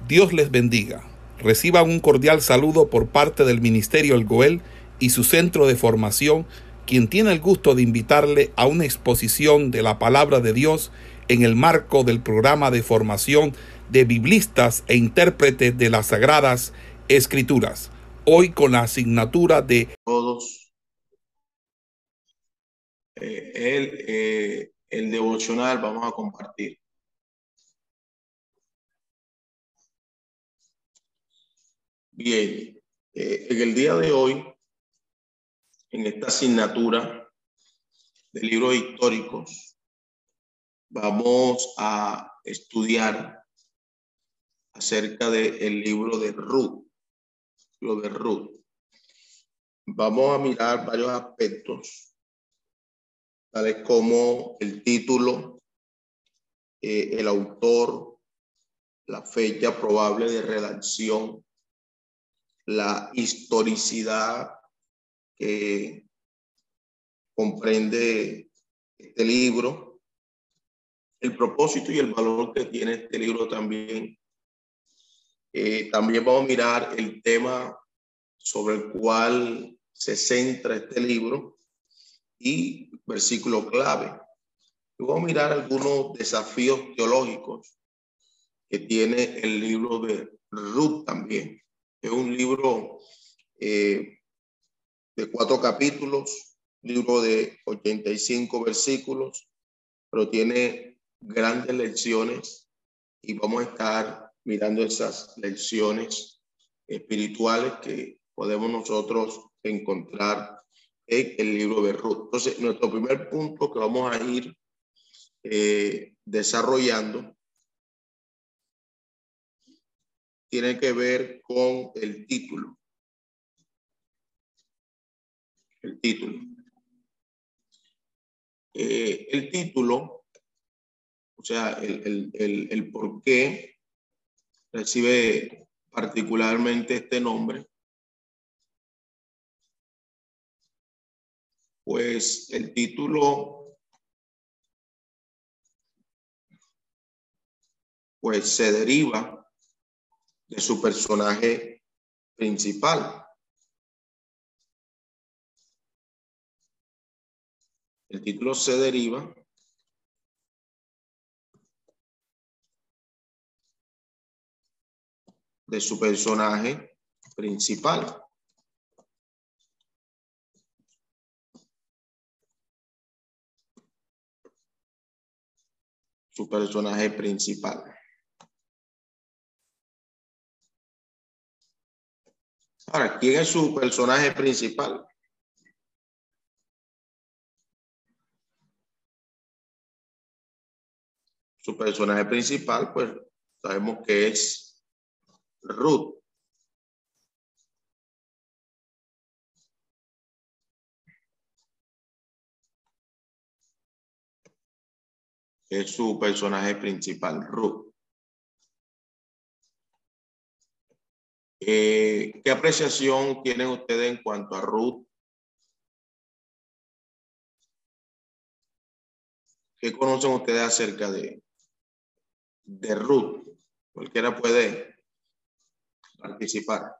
Dios les bendiga. Reciban un cordial saludo por parte del Ministerio El Goel y su centro de formación, quien tiene el gusto de invitarle a una exposición de la palabra de Dios en el marco del programa de formación de biblistas e intérpretes de las Sagradas Escrituras. Hoy con la asignatura de todos el devocional vamos a compartir. Bien, en el día de hoy, en esta asignatura de libros históricos, vamos a estudiar acerca del libro de Ruth, lo de Ruth. Vamos a mirar varios aspectos, tales como el título, el autor, la fecha probable de redacción, la historicidad que comprende este libro, el propósito y el valor que tiene este libro también. También vamos a mirar el tema sobre el cual se centra este libro y versículo clave. Y vamos a mirar algunos desafíos teológicos que tiene el libro de Ruth también. Es un libro de 4 capítulos, libro de 85 versículos, pero tiene grandes lecciones y vamos a estar mirando esas lecciones espirituales que podemos nosotros encontrar en el libro de Ruth. Entonces, nuestro primer punto que vamos a ir desarrollando tiene que ver con el título. El título, o sea, el por qué recibe particularmente este nombre, pues el título pues se deriva de su personaje principal. El título se deriva de su personaje principal. Su personaje principal. Ahora, ¿quién es su personaje principal? Su personaje principal, pues sabemos que es Ruth. Es su personaje principal, Ruth. ¿Qué apreciación tienen ustedes en cuanto a Ruth? ¿Qué conocen ustedes acerca de Ruth? Cualquiera puede participar.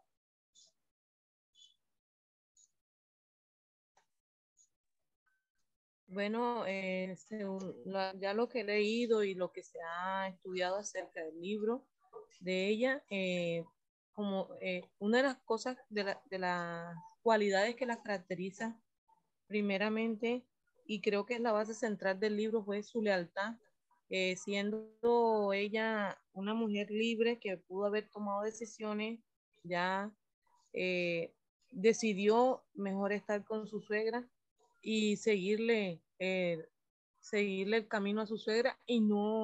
Bueno, ya lo que he leído y lo que se ha estudiado acerca del libro de ella, una de las cosas, de las cualidades que la caracteriza primeramente, y creo que es la base central del libro, fue su lealtad, siendo ella una mujer libre que pudo haber tomado decisiones, ya decidió mejor estar con su suegra y seguirle el camino a su suegra y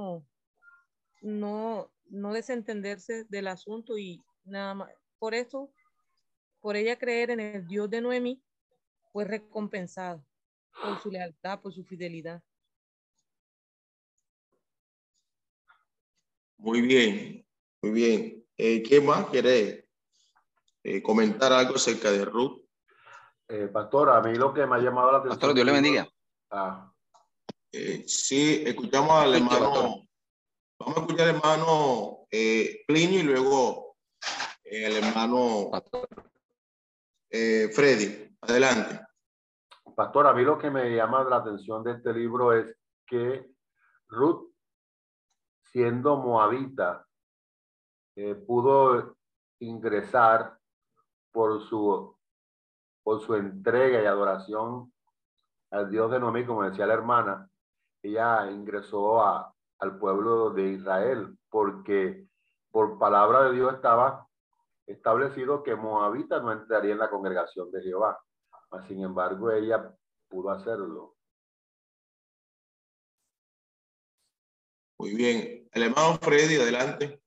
no desentenderse del asunto, y nada más. Por eso, por ella creer en el Dios de Noemí, fue recompensado por su lealtad, por su fidelidad. Muy bien, muy bien. ¿Qué más quiere comentar algo acerca de Ruth? Pastor, a mí lo que me ha llamado la atención... Pastor, Dios le bendiga. Sí, escuchamos al hermano Vamos a escuchar al hermano Plinio y luego el hermano Freddy. Adelante. Pastor, a mí lo que me llama la atención de este libro es que Ruth, siendo moabita, pudo ingresar por su entrega y adoración al Dios de Noemí, como decía la hermana. Ella ingresó al pueblo de Israel porque por palabra de Dios estaba establecido que moabita no entraría en la congregación de Jehová. Sin embargo, ella pudo hacerlo. Muy bien. El hermano Freddy, adelante.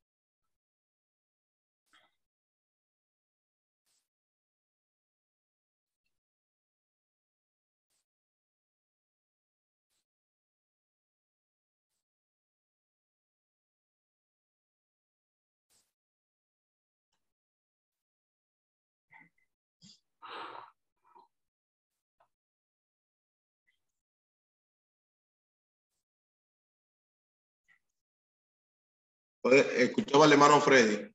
Escuchaba al hermano Freddy.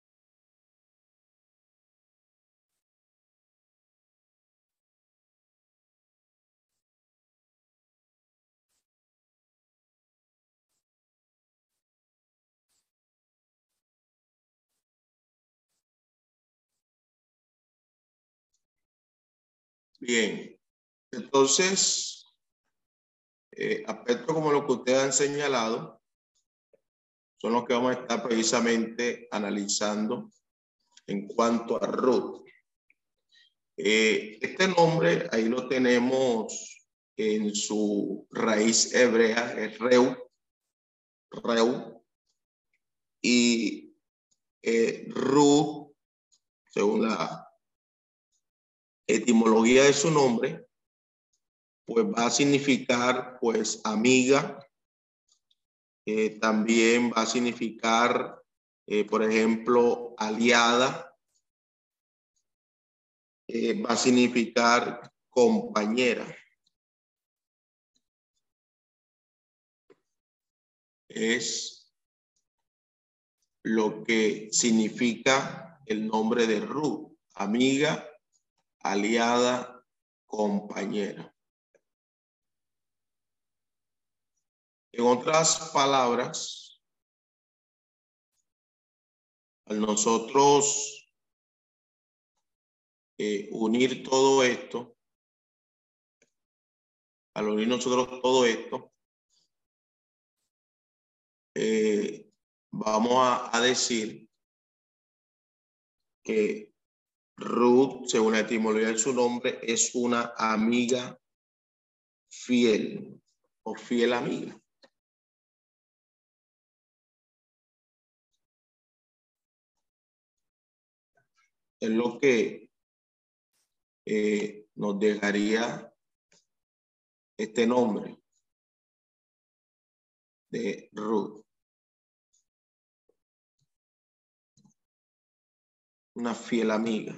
Bien. Entonces, aspectos como lo que ustedes han señalado son los que vamos a estar precisamente analizando en cuanto a Ruth. Este nombre ahí lo tenemos en su raíz hebrea, es Reu, y Ruth, según la etimología de su nombre, pues va a significar pues amiga, también va a significar, por ejemplo, aliada, va a significar compañera. Es lo que significa el nombre de Ruth, amiga, aliada, compañera. En otras palabras, al nosotros unir todo esto, al unir nosotros todo esto, vamos a decir que Ruth, según la etimología de su nombre, es una amiga fiel o fiel amiga. Es lo que nos dejaría este nombre de Ruth. Una fiel amiga.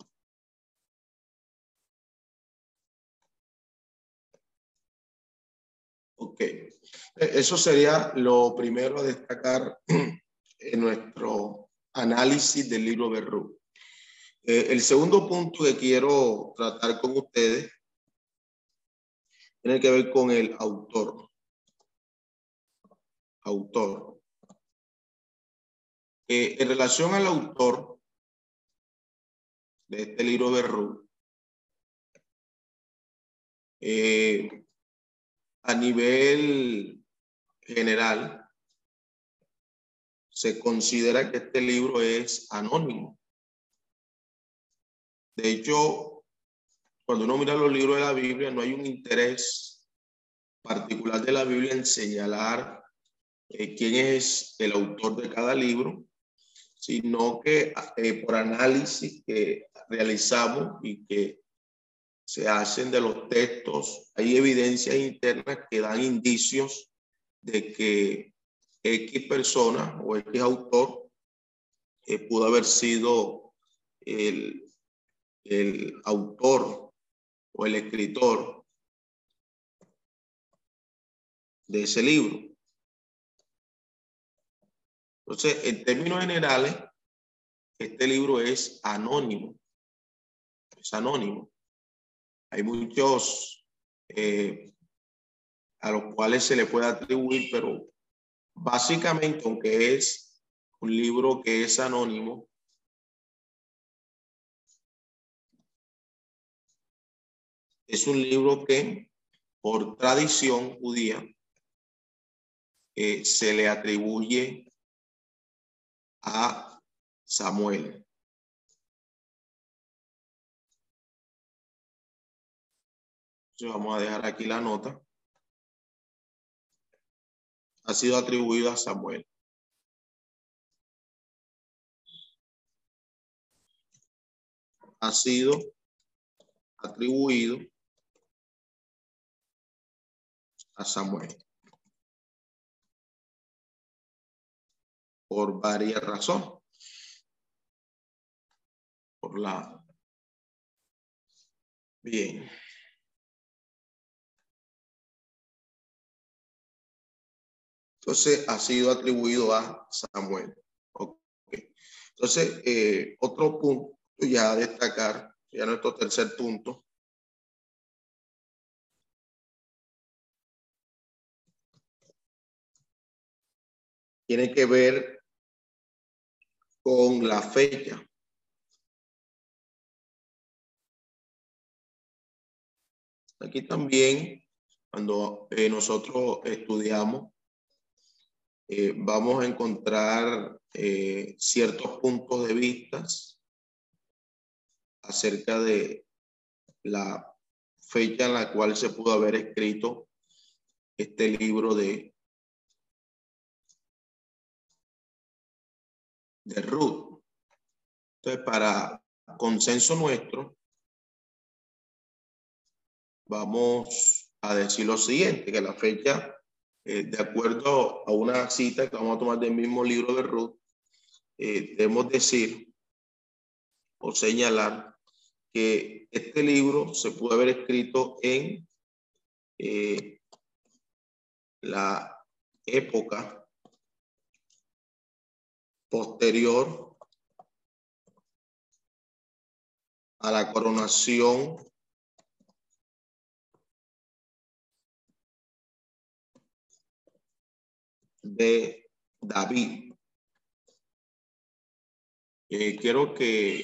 Ok. Eso sería lo primero a destacar en nuestro análisis del libro de Ruth. El segundo punto que quiero tratar con ustedes tiene que ver con el autor. En relación al autor de este libro de Ruth, a nivel general, se considera que este libro es anónimo. De hecho, cuando uno mira los libros de la Biblia, no hay un interés particular de la Biblia en señalar quién es el autor de cada libro, sino que por análisis que realizamos y que se hacen de los textos, hay evidencias internas que dan indicios de que X persona o X autor pudo haber sido el autor o el escritor de ese libro. Entonces, en términos generales, este libro es anónimo. Es anónimo. Hay muchos a los cuales se le puede atribuir, pero básicamente, aunque es un libro que es anónimo, es un libro que por tradición judía se le atribuye a Samuel. Entonces vamos a dejar aquí la nota. Ha sido atribuido a Samuel. Ha sido atribuido a Samuel. Por varias razones. Bien. Entonces ha sido atribuido a Samuel. Okay. Entonces, otro punto ya a destacar, ya nuestro tercer punto. Tiene que ver con la fecha. Aquí también, cuando nosotros estudiamos, vamos a encontrar ciertos puntos de vista acerca de la fecha en la cual se pudo haber escrito este libro de Ruth. Entonces, para consenso nuestro, vamos a decir lo siguiente, que la fecha, de acuerdo a una cita que vamos a tomar del mismo libro de Ruth, debemos decir o señalar que este libro se pudo haber escrito en la época posterior a la coronación de David. Quiero que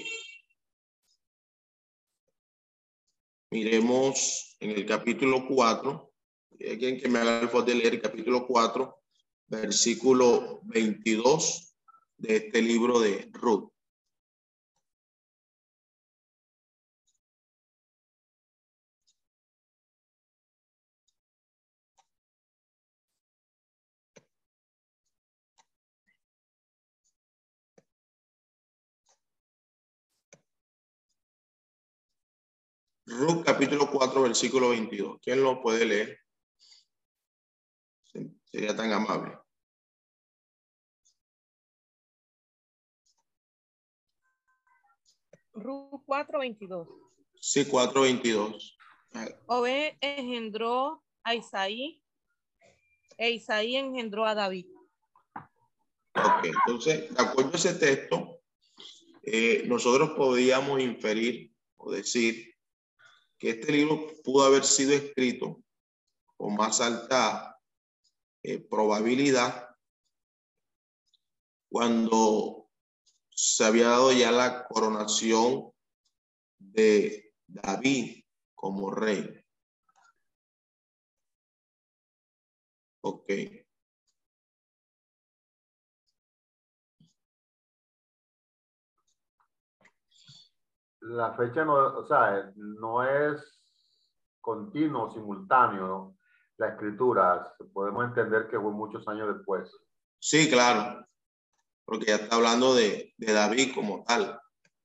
miremos en el capítulo 4. Alguien que me haga el favor de leer el capítulo 4, versículo 22 de este libro de Ruth. Ruth capítulo 4, versículo 22. ¿Quién lo puede leer? Sería tan amable. Ruth 4:22. Sí, 4:22. Obed engendró a Isaí e Isaí engendró a David. Ok, entonces, de acuerdo a ese texto, nosotros podíamos inferir o decir que este libro pudo haber sido escrito con más alta probabilidad cuando se había dado ya la coronación de David como rey. Ok. La fecha no, o sea, no es continuo, simultáneo, ¿no? La escritura, podemos entender que fue muchos años después. Sí, claro, porque ya está hablando de David como tal.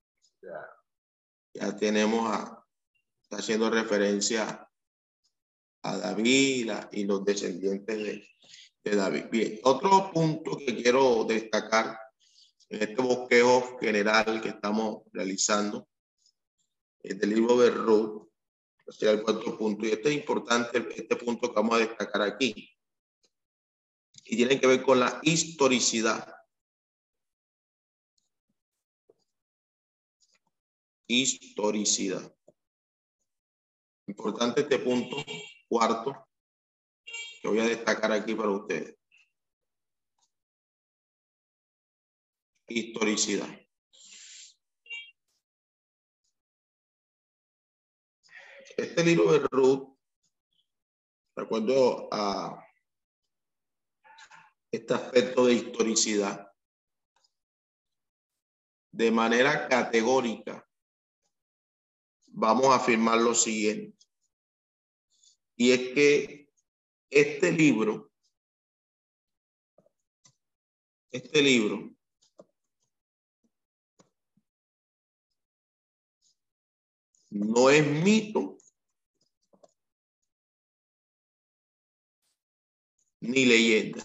Ya tenemos está haciendo referencia a David y los descendientes de David. Bien, otro punto que quiero destacar en este bosquejo general que estamos realizando es del libro de Ruth, sería el cuarto punto, y este es importante, este punto que vamos a destacar aquí, y tiene que ver con la historicidad historicidad. Importante este punto cuarto que voy a destacar aquí para ustedes. Historicidad. Este libro de Ruth, de acuerdo a este aspecto de historicidad, de manera categórica, vamos a afirmar lo siguiente. Y es que este libro no es mito ni leyenda.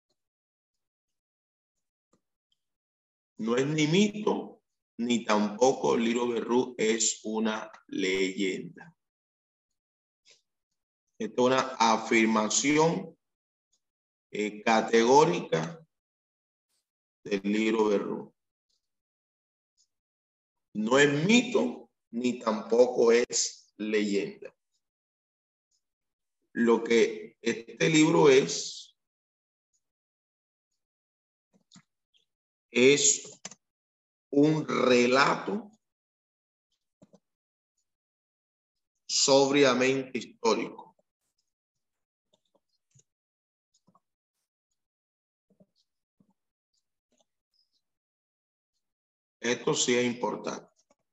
No es ni mito, ni tampoco el libro de Ruth es una leyenda. Esta es una afirmación categórica del libro de Ruth. No es mito, ni tampoco es leyenda. Lo que este libro es un relato sobriamente histórico. Esto sí es importante.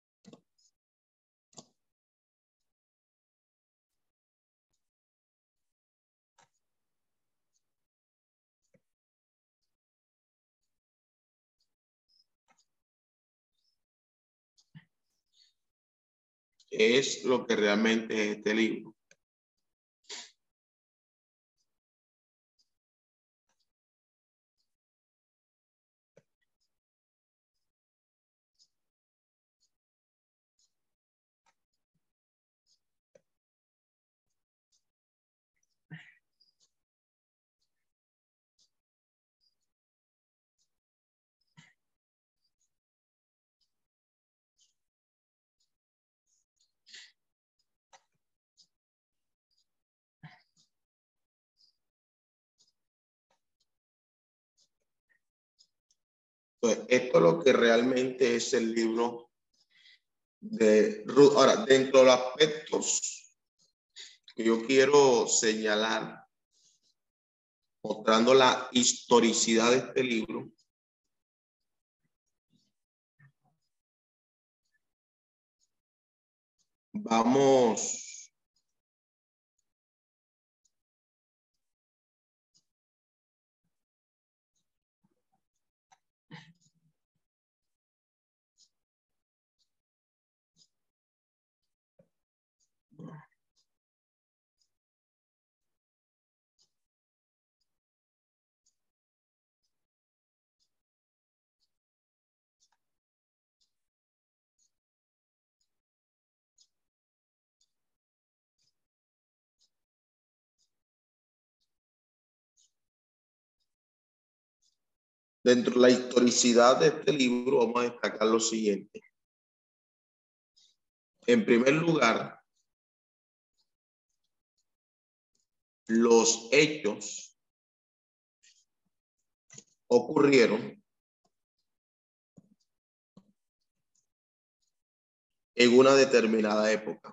Es lo que realmente es este libro. Entonces, esto es lo que realmente es el libro de Ruth. Ahora, dentro de los aspectos que yo quiero señalar, mostrando la historicidad de este libro, vamos dentro de la historicidad de este libro, vamos a destacar lo siguiente. En primer lugar, los hechos ocurrieron en una determinada época.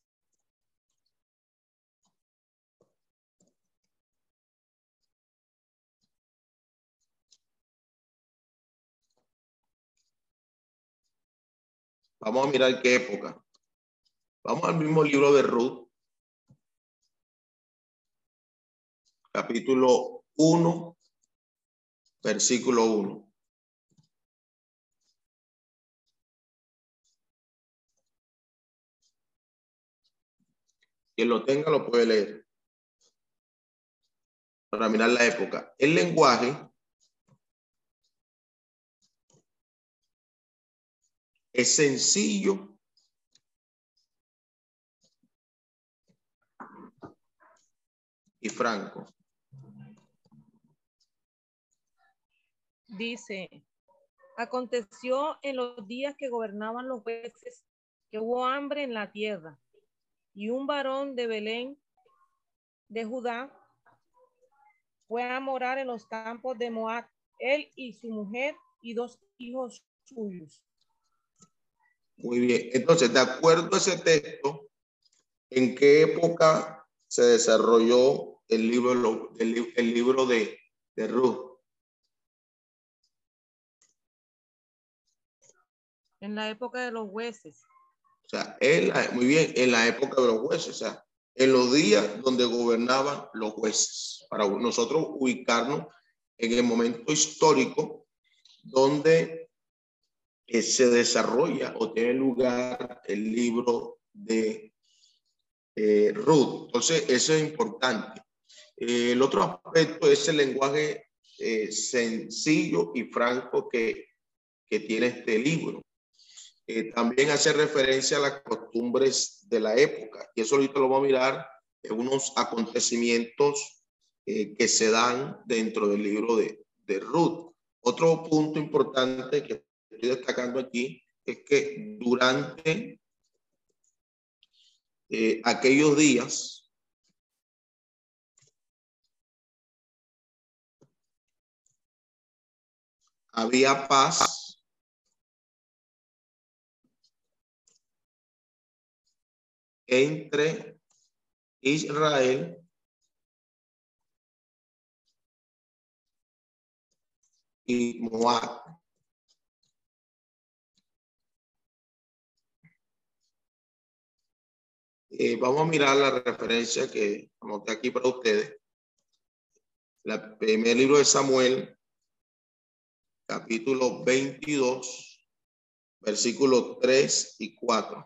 Vamos a mirar qué época. Vamos al mismo libro de Ruth, capítulo 1, versículo 1. Quien lo tenga lo puede leer. Para mirar la época. El lenguaje es sencillo y franco. Dice, aconteció en los días que gobernaban los jueces que hubo hambre en la tierra, y un varón de Belén de Judá fue a morar en los campos de Moab, él y su mujer y 2 hijos suyos. Muy bien. Entonces, de acuerdo a ese texto, ¿en qué época se desarrolló el libro de Ruth? En la época de los jueces. O sea, muy bien, en la época de los jueces, o sea, en los días donde gobernaban los jueces, para nosotros ubicarnos en el momento histórico donde se desarrolla o tiene lugar el libro de Ruth. Entonces, eso es importante. El otro aspecto es el lenguaje sencillo y franco que tiene este libro. También hace referencia a las costumbres de la época, y eso ahorita lo vamos a mirar en unos acontecimientos que se dan dentro del libro de Ruth. Otro punto importante que estoy destacando aquí es que durante aquellos días había paz entre Israel y Moab. Vamos a mirar la referencia que anoté aquí para ustedes. El primer libro de Samuel, capítulo 22, versículos 3 y 4.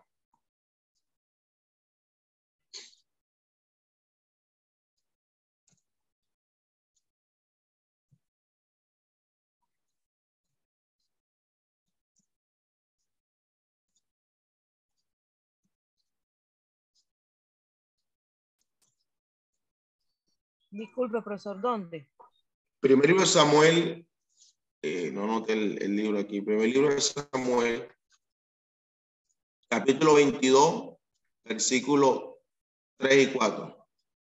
Disculpe, profesor, ¿dónde? Primer libro de Samuel, no noté el libro aquí. Primer libro de Samuel, capítulo 22, versículos 3 y 4.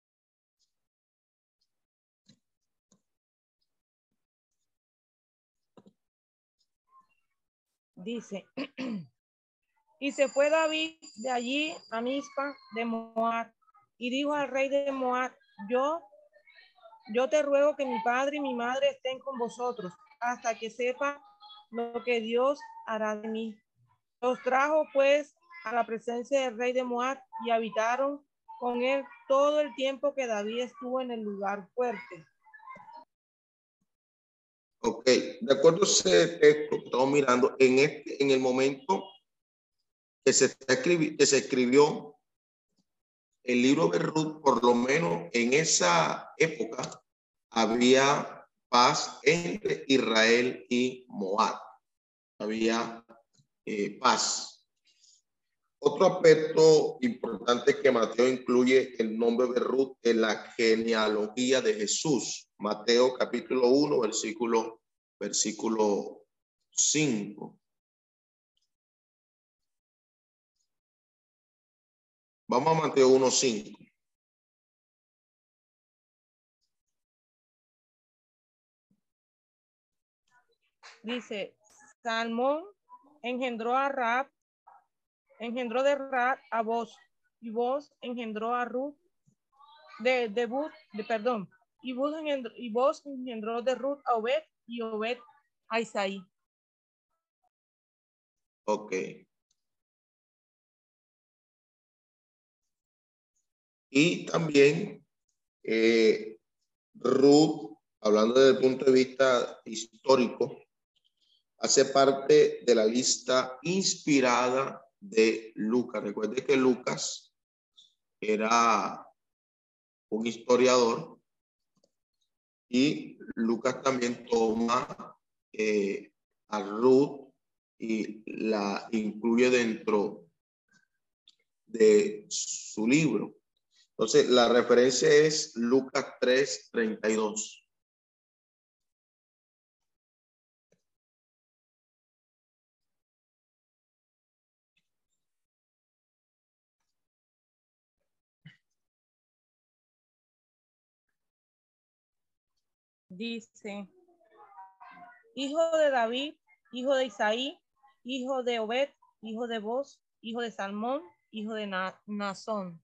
Dice, y se fue David de allí a Mizpa de Moab, y dijo al rey de Moab, yo te ruego que mi padre y mi madre estén con vosotros, hasta que sepa lo que Dios hará de mí. Los trajo pues a la presencia del rey de Moab, y habitaron con él todo el tiempo que David estuvo en el lugar fuerte. Ok, de acuerdo a ese texto que estamos mirando, en el momento que se escribió el libro de Ruth, por lo menos en esa época, había paz entre Israel y Moab. Había paz. Otro aspecto importante es que Mateo incluye el nombre de Ruth en la genealogía de Jesús. Mateo capítulo 1, versículo 5. Vamos a Mateo 1, 5. Dice, Salmón engendró a Raab, engendró de Raab a Boz, y Boz engendró a Ruth, y Boz engendró de Ruth a Obed, y Obed a Isaí. Ok. Y también Ruth, hablando desde el punto de vista histórico, hace parte de la lista inspirada de Lucas. Recuerde que Lucas era un historiador y Lucas también toma a Ruth y la incluye dentro de su libro. Entonces, la referencia es Lucas 3:32. dice: hijo de David, hijo de Isaí, hijo de Obed, hijo de Boz, hijo de Salmón, hijo de Nazón.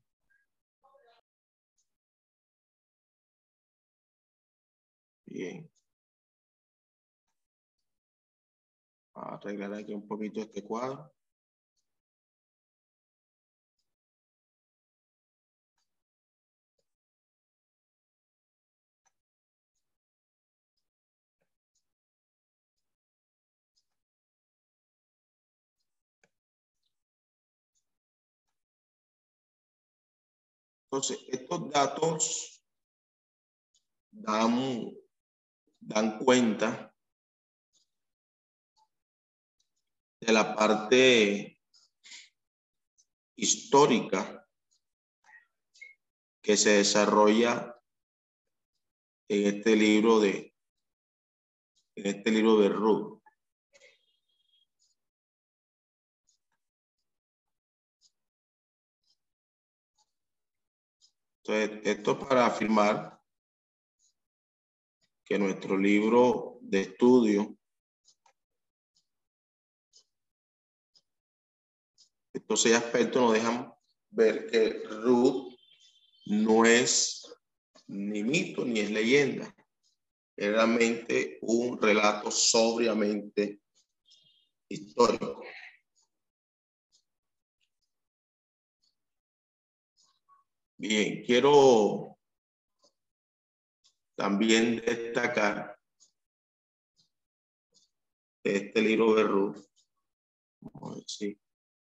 Bien. Voy a arreglar aquí un poquito este cuadro. Entonces, estos datos dan cuenta de la parte histórica que se desarrolla en este libro de Ruth. Entonces, esto para afirmar que nuestro libro de estudio, estos 6 aspectos nos dejan ver que Ruth no es ni mito ni es leyenda, es realmente un relato sobriamente histórico. Bien, quiero también destacar este libro de Ruth. Vamos a ver si.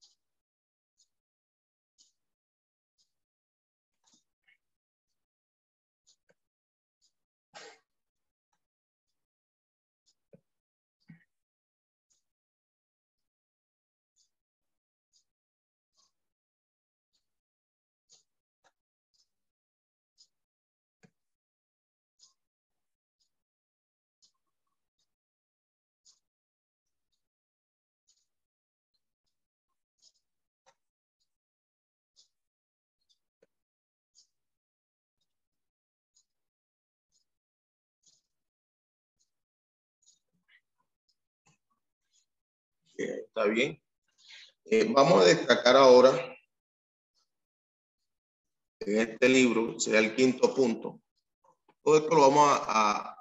Está bien. Vamos a destacar ahora en este libro, será el 5º punto. Todo esto lo vamos a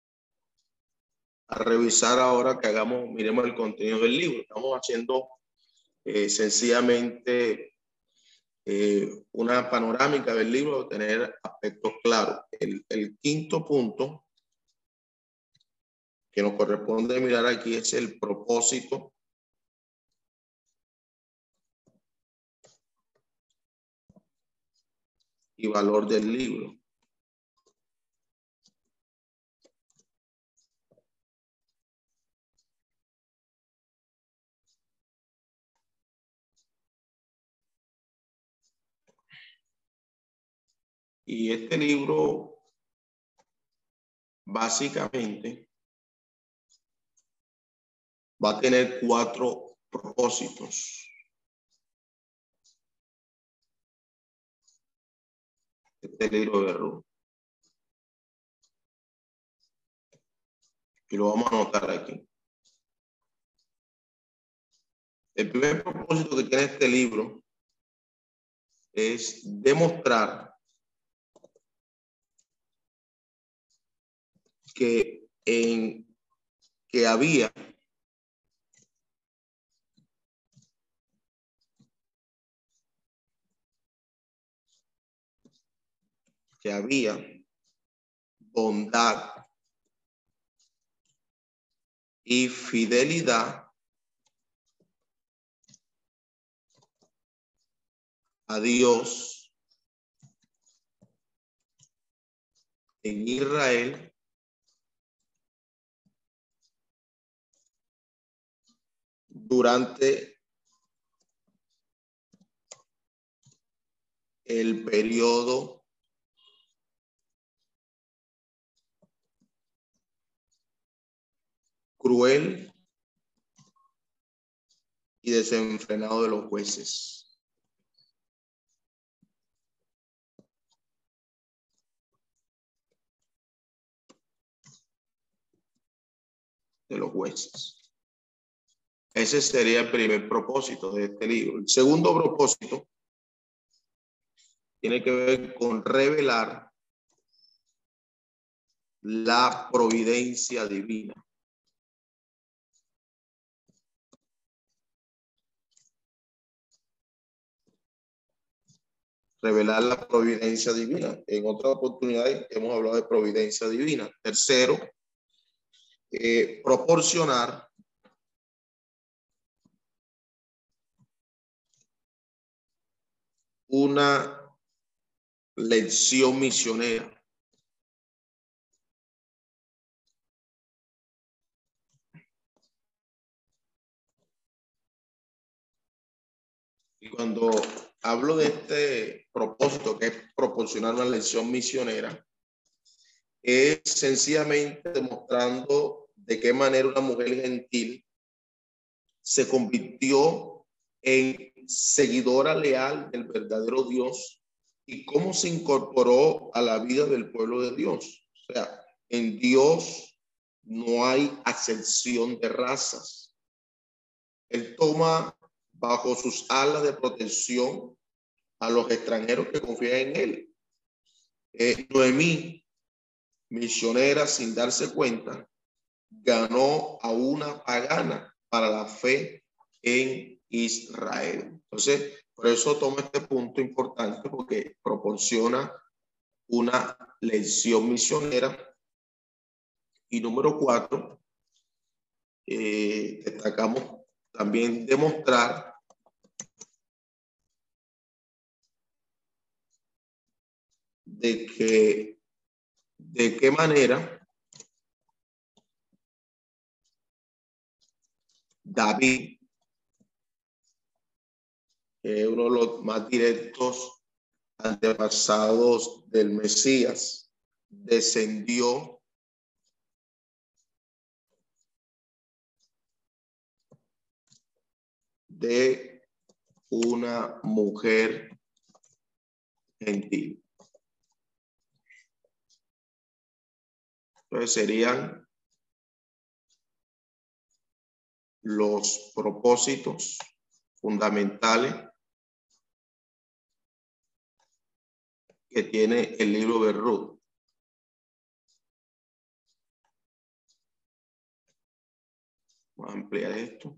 revisar ahora que miremos el contenido del libro. Estamos haciendo sencillamente una panorámica del libro, tener aspectos claros. El 5º punto que nos corresponde mirar aquí es el propósito y valor del libro. Y este libro básicamente va a tener 4 propósitos. Este libro de Ruth. Y lo vamos a anotar aquí. El primer propósito que tiene este libro es demostrar que había bondad y fidelidad a Dios en Israel durante el periodo cruel y desenfrenado de los jueces. de los jueces. Ese sería el primer propósito de este libro. El segundo propósito tiene que ver con revelar la providencia divina. Revelar la providencia divina. En otras oportunidades hemos hablado de providencia divina. Tercero, proporcionar una lección misionera. Y cuando hablo de este propósito, que es proporcionar una lección misionera, es sencillamente demostrando de qué manera una mujer gentil se convirtió en seguidora leal del verdadero Dios y cómo se incorporó a la vida del pueblo de Dios. O sea, en Dios no hay acepción de razas. Él toma bajo sus alas de protección a los extranjeros que confían en él. Noemí, misionera sin darse cuenta, ganó a una pagana para la fe en Israel. Entonces, por eso tomo este punto importante, porque proporciona una lección misionera. Y número 4, destacamos también demostrar de qué manera David, uno de los más directos antepasados del Mesías, descendió de una mujer gentil. Entonces serían los propósitos fundamentales que tiene el libro de Ruth. Vamos a ampliar esto.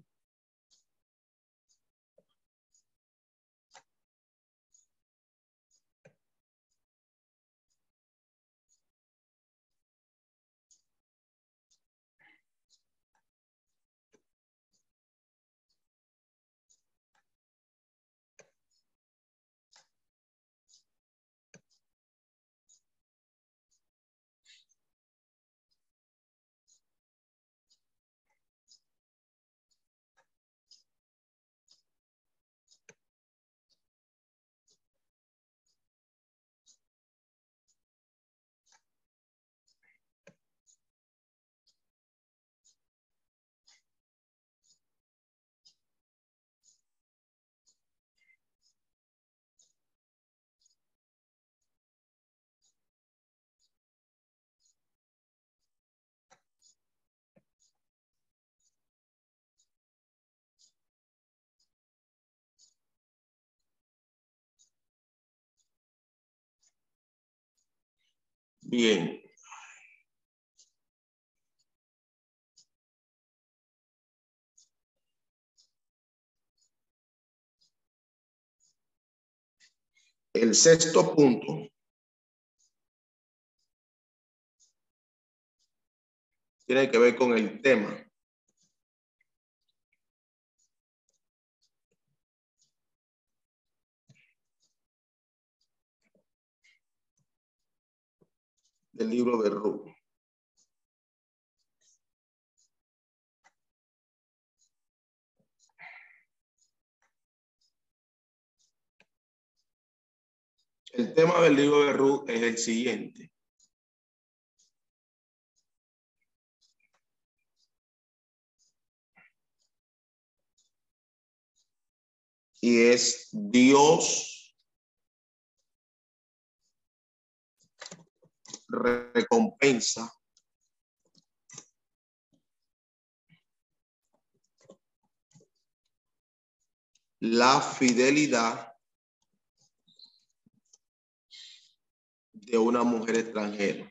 Bien. El sexto punto tiene que ver con el tema. Del libro de Ruth. El tema del libro de Ruth es el siguiente. Y es Dios recompensa la fidelidad de una mujer extranjera.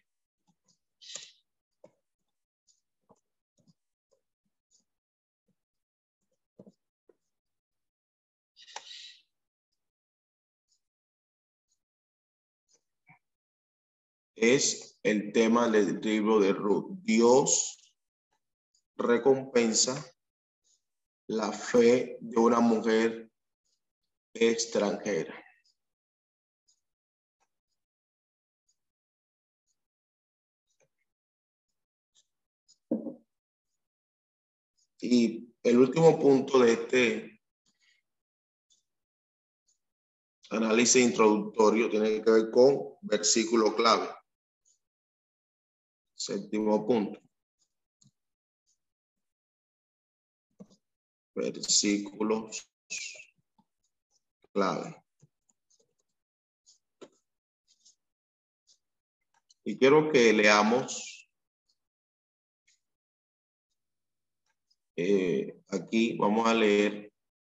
Es el tema del libro de Ruth. Dios recompensa la fe de una mujer extranjera. Y el último punto de este análisis introductorio tiene que ver con versículo clave. Séptimo punto. Versículos clave. Y quiero que leamos aquí, vamos a leer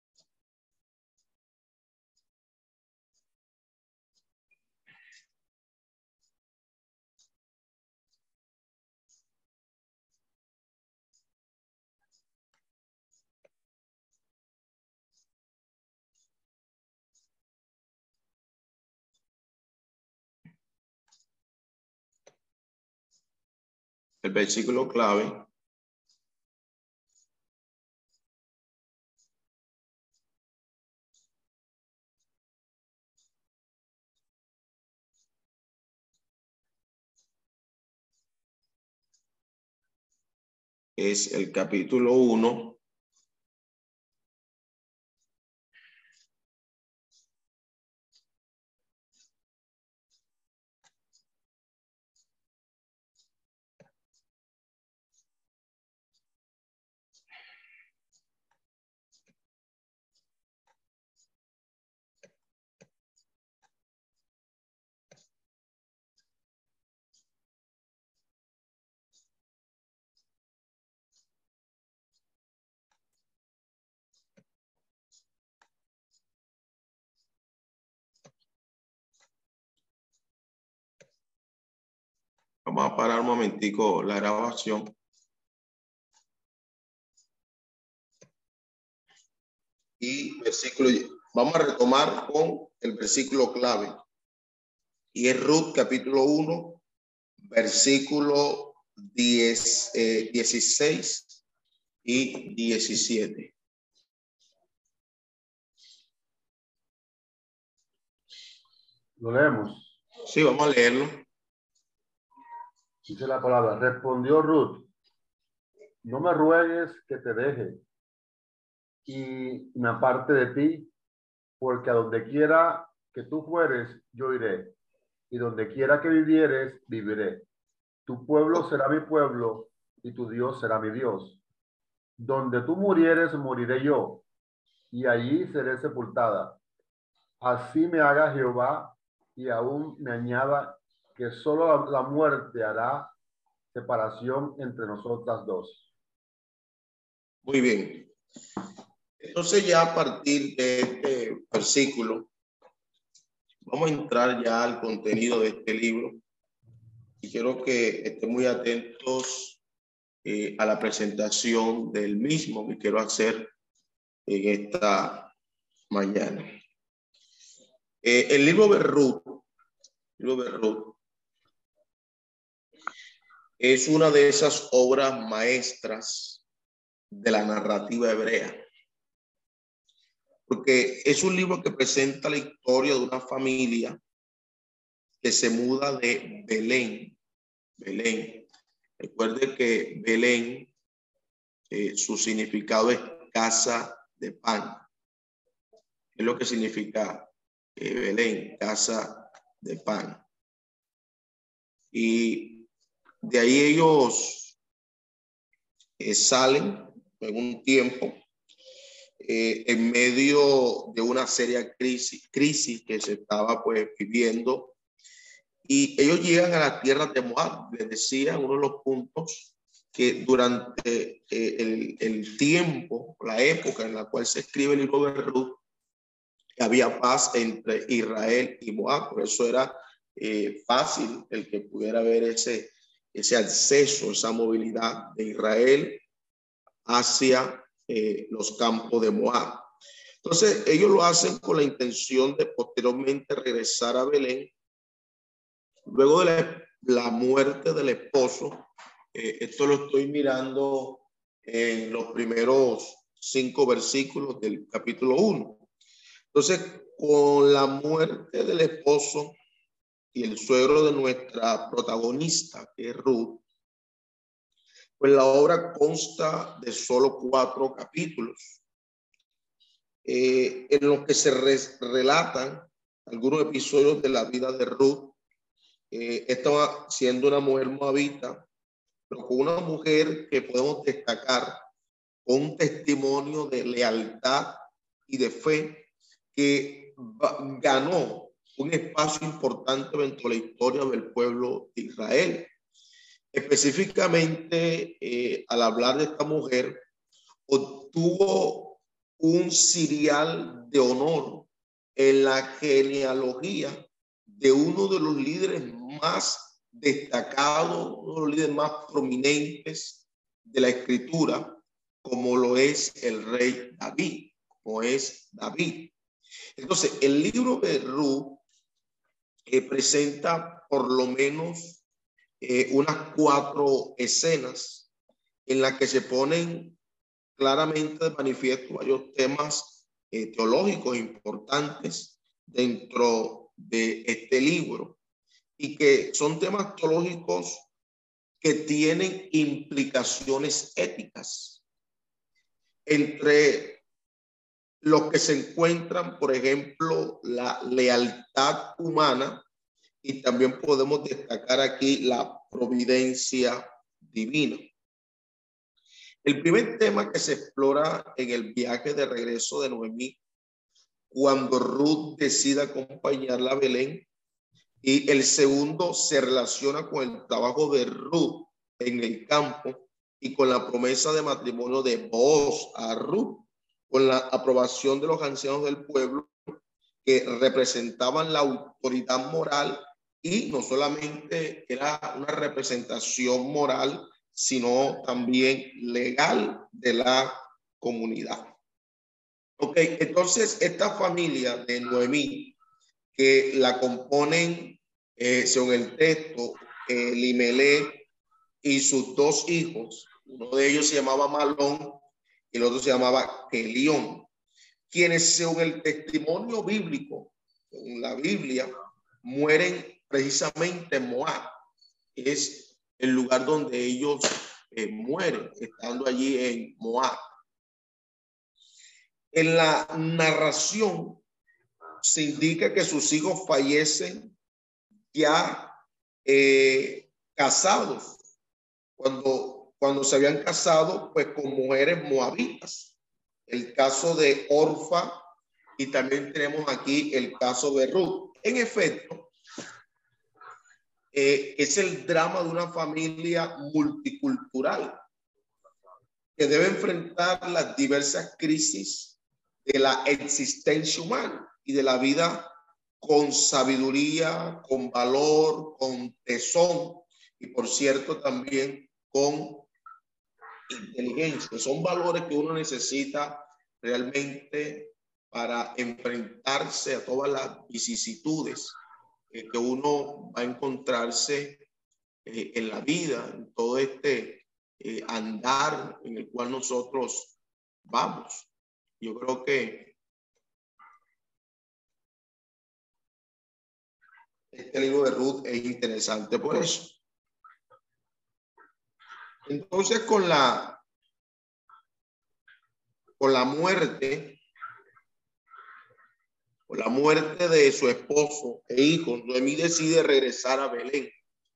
el versículo clave. Es el capítulo 1. Vamos a parar un momentico la grabación. Y vamos a retomar con el versículo clave. Y es Ruth capítulo 1, versículo 16 y 17. Lo leemos. Sí, vamos a leerlo. Dice la palabra: respondió Ruth, no me ruegues que te deje y me aparte de ti, porque a donde quiera que tú fueres, yo iré, y donde quiera que vivieres, viviré. Tu pueblo será mi pueblo, y tu Dios será mi Dios. Donde tú murieres, moriré yo, y allí seré sepultada. Así me haga Jehová, y aún me añada que solo la muerte hará separación entre nosotras dos. Muy bien. Entonces ya a partir de este versículo, vamos a entrar ya al contenido de este libro. Y quiero que estén muy atentos a la presentación del mismo que quiero hacer en esta mañana. El libro de Ruth es una de esas obras maestras de la narrativa hebrea, porque es un libro que presenta la historia de una familia que se muda de Belén. Recuerde que Belén, su significado es casa de pan. Es lo que significa Belén, casa de pan. Y de ahí ellos salen en un tiempo en medio de una seria crisis que se estaba pues viviendo, y ellos llegan a la tierra de Moab. Les decía, uno de los puntos, que durante el tiempo, la época en la cual se escribe el libro de Ruth, que había paz entre Israel y Moab. Por eso era fácil el que pudiera haber ese acceso, esa movilidad de Israel hacia los campos de Moab. Entonces ellos lo hacen con la intención de posteriormente regresar a Belén luego de la muerte del esposo. Esto lo estoy mirando en los primeros 5 versículos del capítulo 1. Entonces, con la muerte del esposo y el suegro de nuestra protagonista, que es Ruth, pues la obra consta de solo 4 capítulos, en los que se relatan algunos episodios de la vida de Ruth. Estaba siendo una mujer moabita, pero con una mujer que podemos destacar con un testimonio de lealtad y de fe que ganó un espacio importante dentro de la historia del pueblo de Israel. Específicamente, al hablar de esta mujer, obtuvo un serial de honor en la genealogía de uno de los líderes más destacados, uno de los líderes más prominentes de la escritura, como lo es el rey David, como es David. Entonces, el libro de Ruth presenta por lo menos unas 4 escenas en las que se ponen claramente de manifiesto varios temas teológicos importantes dentro de este libro, y que son temas teológicos que tienen implicaciones éticas, entre los que se encuentran, por ejemplo, la lealtad humana, y también podemos destacar aquí la providencia divina. El primer tema que se explora en el viaje de regreso de Noemí, cuando Ruth decide acompañarla a Belén, y el segundo se relaciona con el trabajo de Ruth en el campo y con la promesa de matrimonio de Booz a Ruth, con la aprobación de los ancianos del pueblo que representaban la autoridad moral, y no solamente era una representación moral, sino también legal de la comunidad. Ok, entonces esta familia de Noemí, que la componen, según el texto, Elimelech y sus 2 hijos. Uno de ellos se llamaba Malón y el otro se llamaba Kelión, quienes, según el testimonio bíblico, en la Biblia, mueren precisamente en Moab. Es el lugar donde ellos mueren, estando allí en Moab. En la narración se indica que sus hijos fallecen ya casados, cuando se habían casado pues con mujeres moabitas. El caso de Orfa, y también tenemos aquí el caso de Ruth. En efecto, es el drama de una familia multicultural que debe enfrentar las diversas crisis de la existencia humana y de la vida con sabiduría, con valor, con tesón y, por cierto, también con inteligencia. Son valores que uno necesita realmente para enfrentarse a todas las vicisitudes que uno va a encontrarse en la vida, en todo este andar en el cual nosotros vamos. Yo creo que este libro de Ruth es interesante por eso. Entonces, con la muerte de su esposo e hijos, Noemí decide regresar a Belén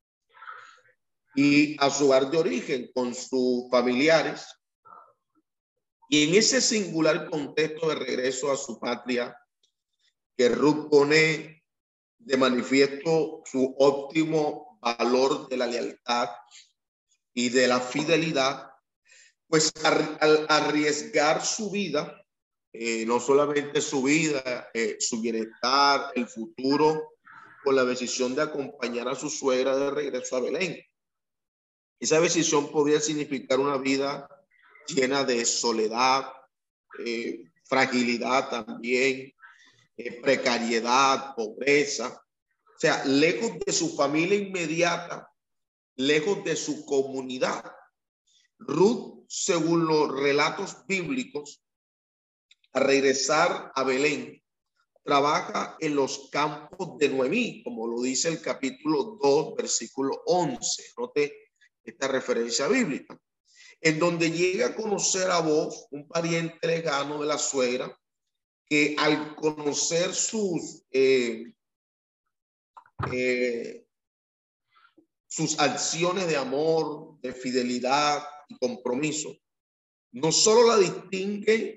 y a su lugar de origen con sus familiares. Y en ese singular contexto de regreso a su patria, que Ruth pone de manifiesto su óptimo valor de la lealtad y de la fidelidad, pues al arriesgar su vida no solamente su vida, su bienestar, el futuro, con la decisión de acompañar a su suegra de regreso a Belén. Esa decisión podría significar una vida llena de soledad, fragilidad también, precariedad, pobreza. O sea, lejos de su familia inmediata, lejos de su comunidad. Ruth, según los relatos bíblicos, al regresar a Belén, trabaja en los campos de Noemí, como lo dice el capítulo 2, versículo 11. Note esta referencia bíblica, en donde llega a conocer a Boaz, un pariente lejano de la suegra, que al conocer sus acciones de amor, de fidelidad y compromiso, no solo la distingue,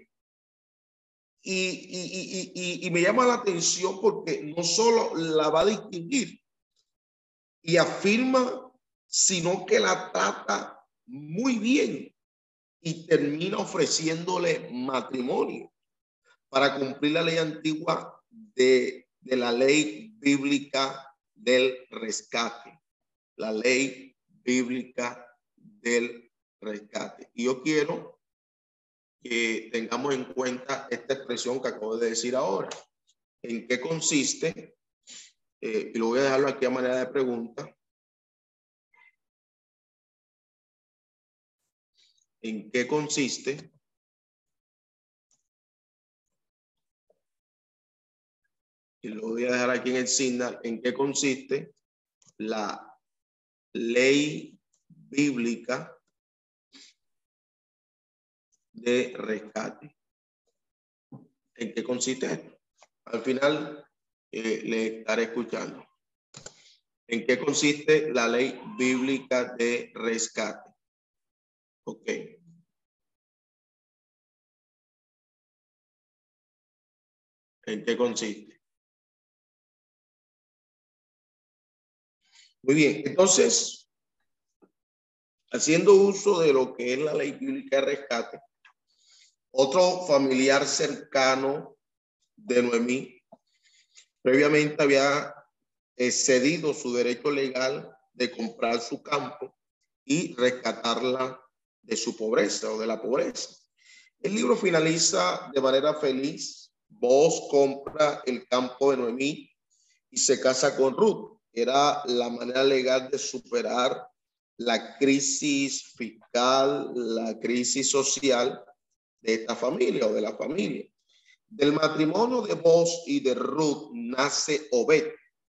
y me llama la atención porque no solo la va a distinguir y afirma, sino que la trata muy bien y termina ofreciéndole matrimonio para cumplir la ley antigua de la ley bíblica del rescate, la ley bíblica del rescate. Y yo quiero que tengamos en cuenta esta expresión que acabo de decir ahora. ¿En qué consiste? Y lo voy a dejarlo aquí a manera de pregunta. ¿En qué consiste y lo voy a dejar aquí en el Signal? ¿En qué consiste la ley bíblica de rescate? ¿En qué consiste esto? Al final le estaré escuchando. ¿En qué consiste la ley bíblica de rescate? Ok. ¿En qué consiste? Muy bien, entonces, haciendo uso de lo que es la ley bíblica de rescate, otro familiar cercano de Noemí previamente había cedido su derecho legal de comprar su campo y rescatarla de su pobreza o de la pobreza. El libro finaliza de manera feliz. Boaz compra el campo de Noemí y se casa con Ruth. Era la manera legal de superar la crisis fiscal, la crisis social de esta familia o de la familia. Del matrimonio de Boaz y de Ruth nace Obed.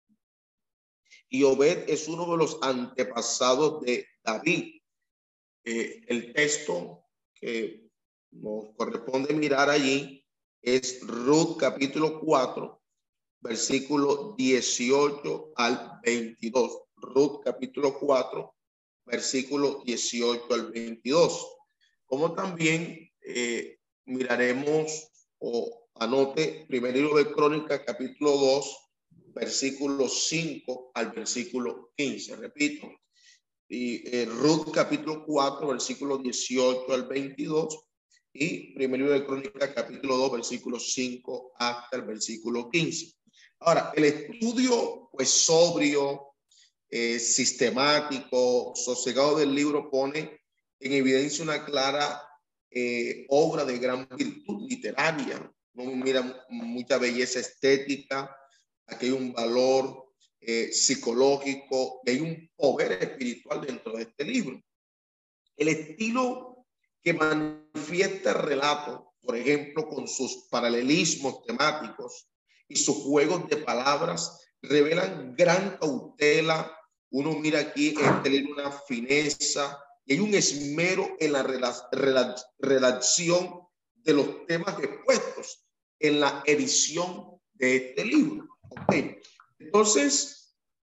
Y Obed es uno de los antepasados de David. El texto que nos corresponde mirar allí es Ruth capítulo 4, versículo 18 al 22. Ruth capítulo 4, versículo 18 al 22. Como también miraremos o anote primer libro de Crónicas capítulo 2, versículo 5 al versículo 15. Repito, y Ruth capítulo 4, versículo 18 al 22 y primer libro de Crónicas capítulo 2, versículo 5 hasta el versículo 15. Ahora, el estudio pues sobrio, sistemático, sosegado del libro pone en evidencia una clara obra de gran virtud literaria. Uno mira mucha belleza estética, aquí hay un valor psicológico, y hay un poder espiritual dentro de este libro. El estilo que manifiesta el relato, por ejemplo, con sus paralelismos temáticos y sus juegos de palabras, revelan gran cautela. Uno mira aquí en este libro una fineza y hay un esmero en la redacción de los temas expuestos en la edición de este libro. Okay. Entonces,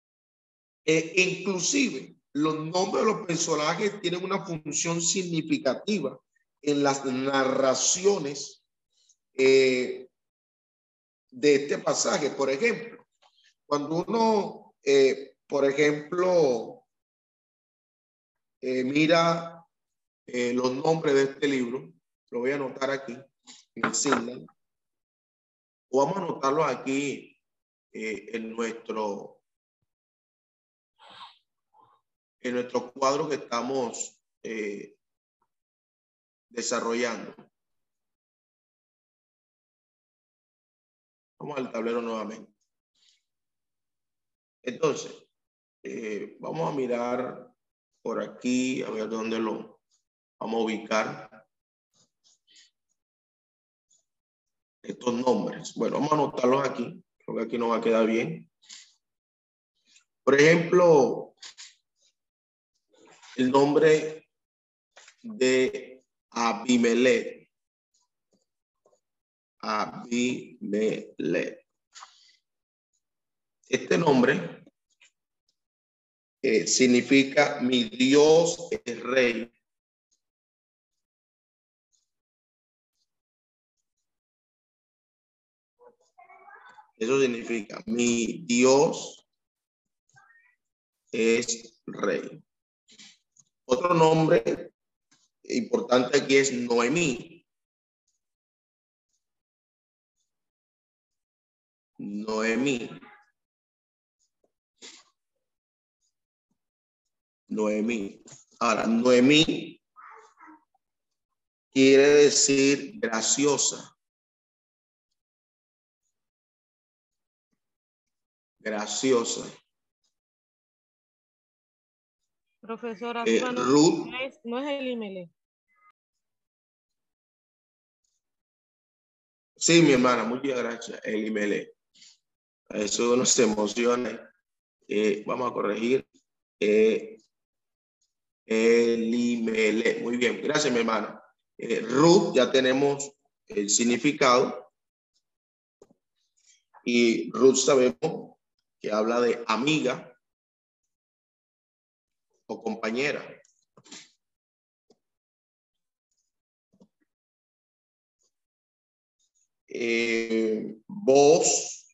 inclusive los nombres de los personajes tienen una función significativa en las narraciones de este pasaje. Por ejemplo, cuando uno, por ejemplo, mira los nombres de este libro, lo voy a anotar aquí en el Signal, o vamos a anotarlo aquí en nuestro cuadro que estamos desarrollando. Vamos al tablero nuevamente. Entonces, vamos a mirar por aquí, a ver dónde lo vamos a ubicar. Estos nombres. Bueno, vamos a anotarlos aquí. Creo que aquí nos va a quedar bien. Por ejemplo, el nombre de Abimelech. Abimelech. Este nombre significa mi Dios es rey. Eso significa mi Dios es rey. Otro nombre importante aquí es Noemí. Noemí. Noemí. Ahora, Noemí quiere decir graciosa. Graciosa. Profesora, Ruth. no es Elimelech. Sí, mi hermana, muchas gracias. Elimelech. Eso no se emociona. Vamos a corregir. Elimelech. Muy bien, gracias, mi hermana. Ruth, ya tenemos el significado. Y Ruth sabemos que habla de amiga o compañera. Vos.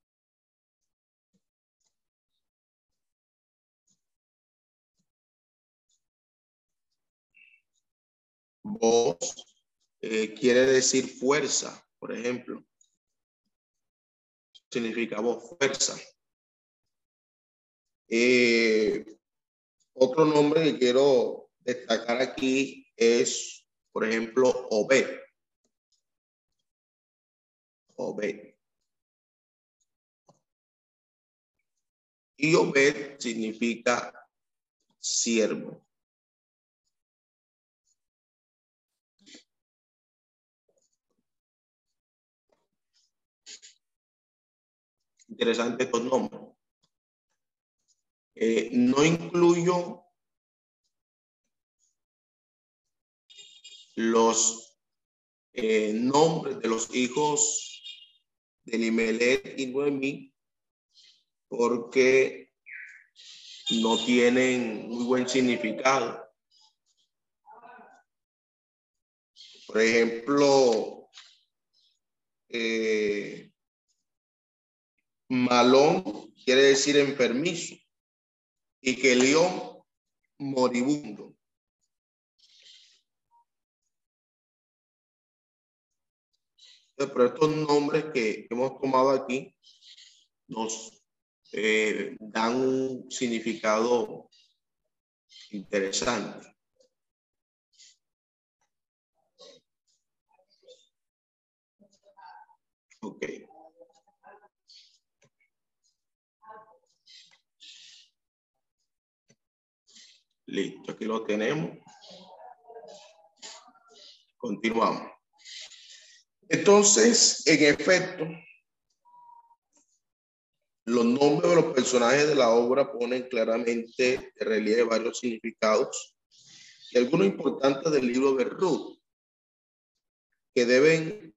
Vos quiere decir fuerza, por ejemplo. Significa voz, fuerza. Otro nombre que quiero destacar aquí es, por ejemplo, Obed. Obed. Y Obed significa siervo. Interesante estos nombres. No incluyo los nombres de los hijos de Elimelech y Noemí porque no tienen muy buen significado. Por ejemplo, Malón quiere decir enfermizo y que león moribundo. Pero estos nombres que hemos tomado aquí nos dan un significado interesante. Ok. Listo, aquí lo tenemos. Continuamos. Entonces, en efecto, los nombres de los personajes de la obra ponen claramente de relieve varios significados y algunos importantes del libro de Ruth, que deben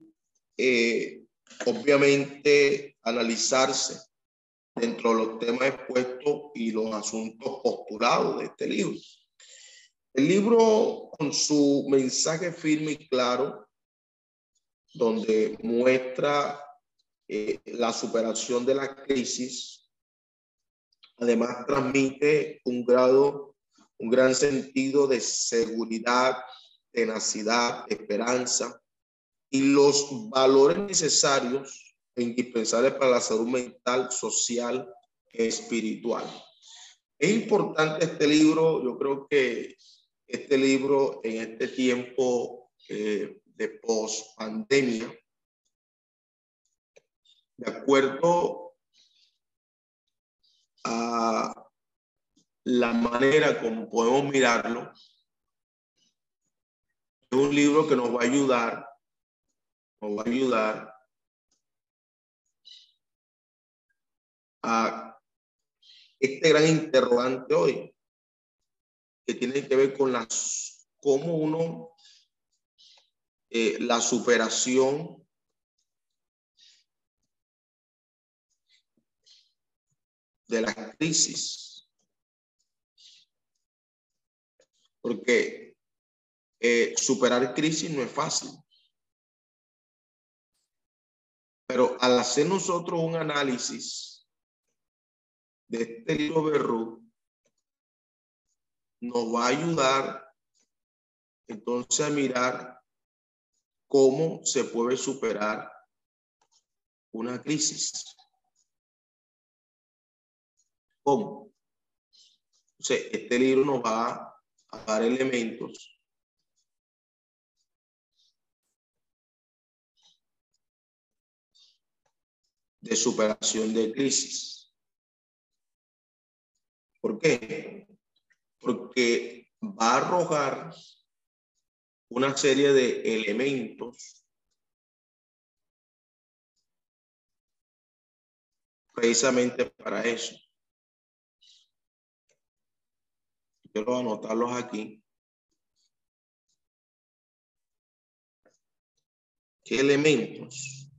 obviamente analizarse dentro de los temas expuestos y los asuntos postulados de este libro. El libro, con su mensaje firme y claro, donde muestra la superación de la crisis, además transmite un gran sentido de seguridad tenacidad, esperanza y los valores necesarios e indispensables para la salud mental, social y espiritual. Es importante este libro. Yo creo que este libro en este tiempo de post-pandemia, de acuerdo a la manera como podemos mirarlo, es un libro que nos va a ayudar a este gran interrogante hoy, que tiene que ver con cómo uno, la superación de las crisis. Porque superar crisis no es fácil. Pero al hacer nosotros un análisis de este libro de Ruth, nos va a ayudar entonces a mirar cómo se puede superar una crisis. ¿Cómo? Entonces, este libro nos va a dar elementos de superación de crisis. ¿Por qué? Porque va a arrojar una serie de elementos precisamente para eso. Quiero anotarlos aquí. ¿Qué elementos?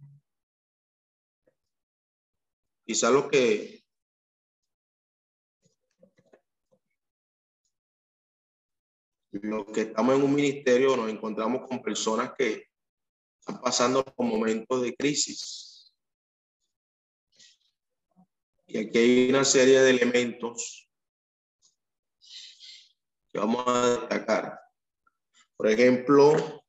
Quizá lo que estamos en un ministerio nos encontramos con personas que están pasando por momentos de crisis. Y aquí hay una serie de elementos que vamos a destacar. Por ejemplo,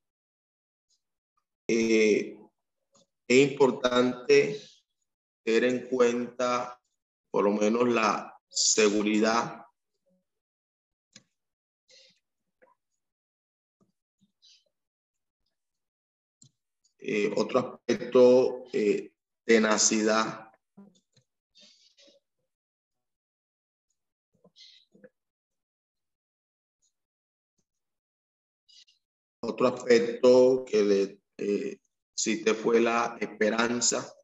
es importante tener en cuenta por lo menos la seguridad otro aspecto, tenacidad. Otro aspecto que le cité fue la esperanza.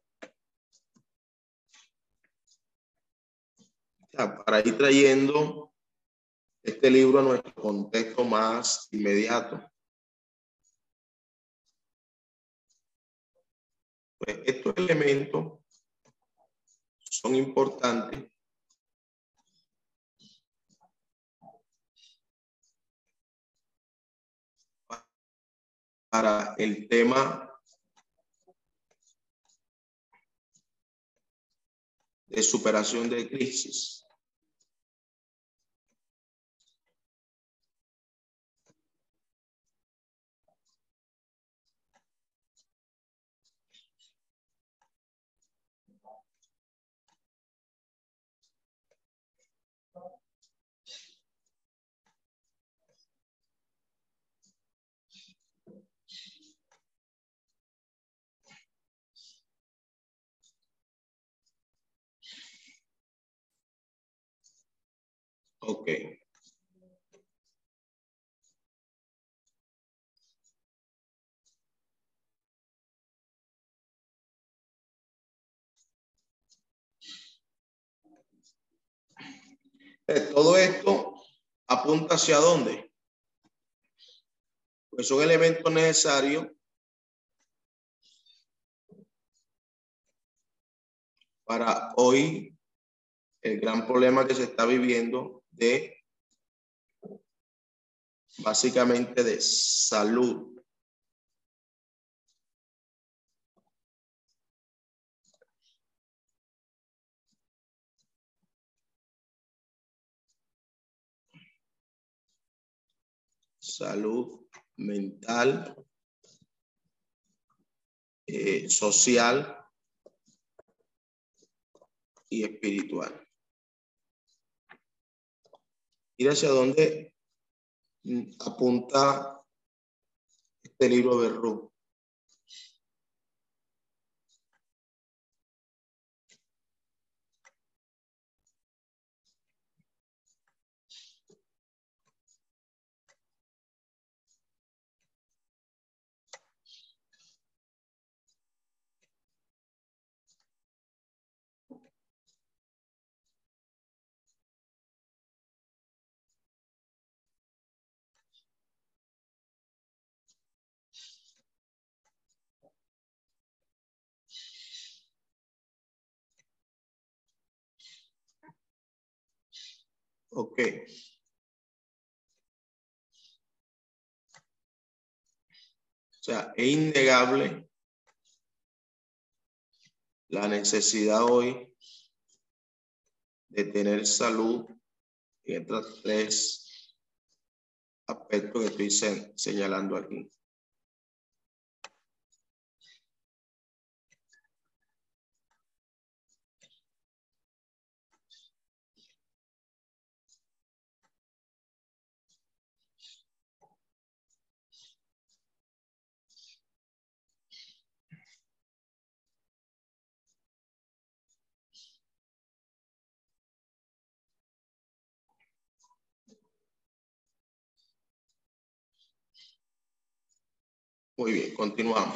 Para ir trayendo este libro a nuestro contexto más inmediato. Pues estos elementos son importantes para el tema de superación de crisis. Ok. Todo esto apunta hacia dónde. Pues son elementos necesarios para hoy el gran problema que se está viviendo de básicamente de salud. Salud mental, social y espiritual. Mira hacia dónde apunta este libro de Ruth. Ok. O sea, es innegable la necesidad hoy de tener salud en estos tres aspectos que estoy señalando aquí. Muy bien, continuamos.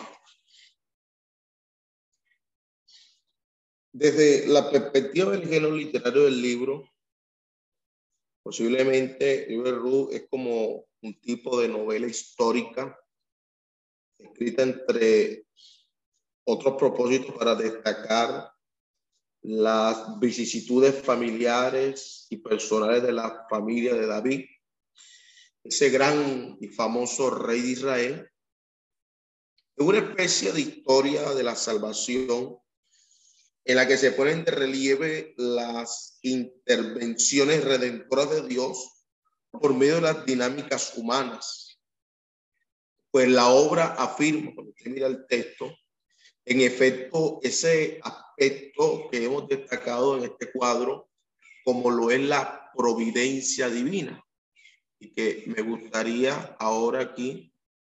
Desde la perspectiva del género literario del libro, posiblemente el libro de Ruth es como un tipo de novela histórica escrita entre otros propósitos para destacar las vicisitudes familiares y personales de la familia de David, ese gran y famoso rey de Israel. Es una especie de historia de la salvación en la que se ponen de relieve las intervenciones redentoras de Dios por medio de las dinámicas humanas. Pues la obra afirma, cuando usted mira el texto, en efecto, ese aspecto que hemos destacado en este cuadro, como lo es la providencia divina, y que me gustaría ahora aquí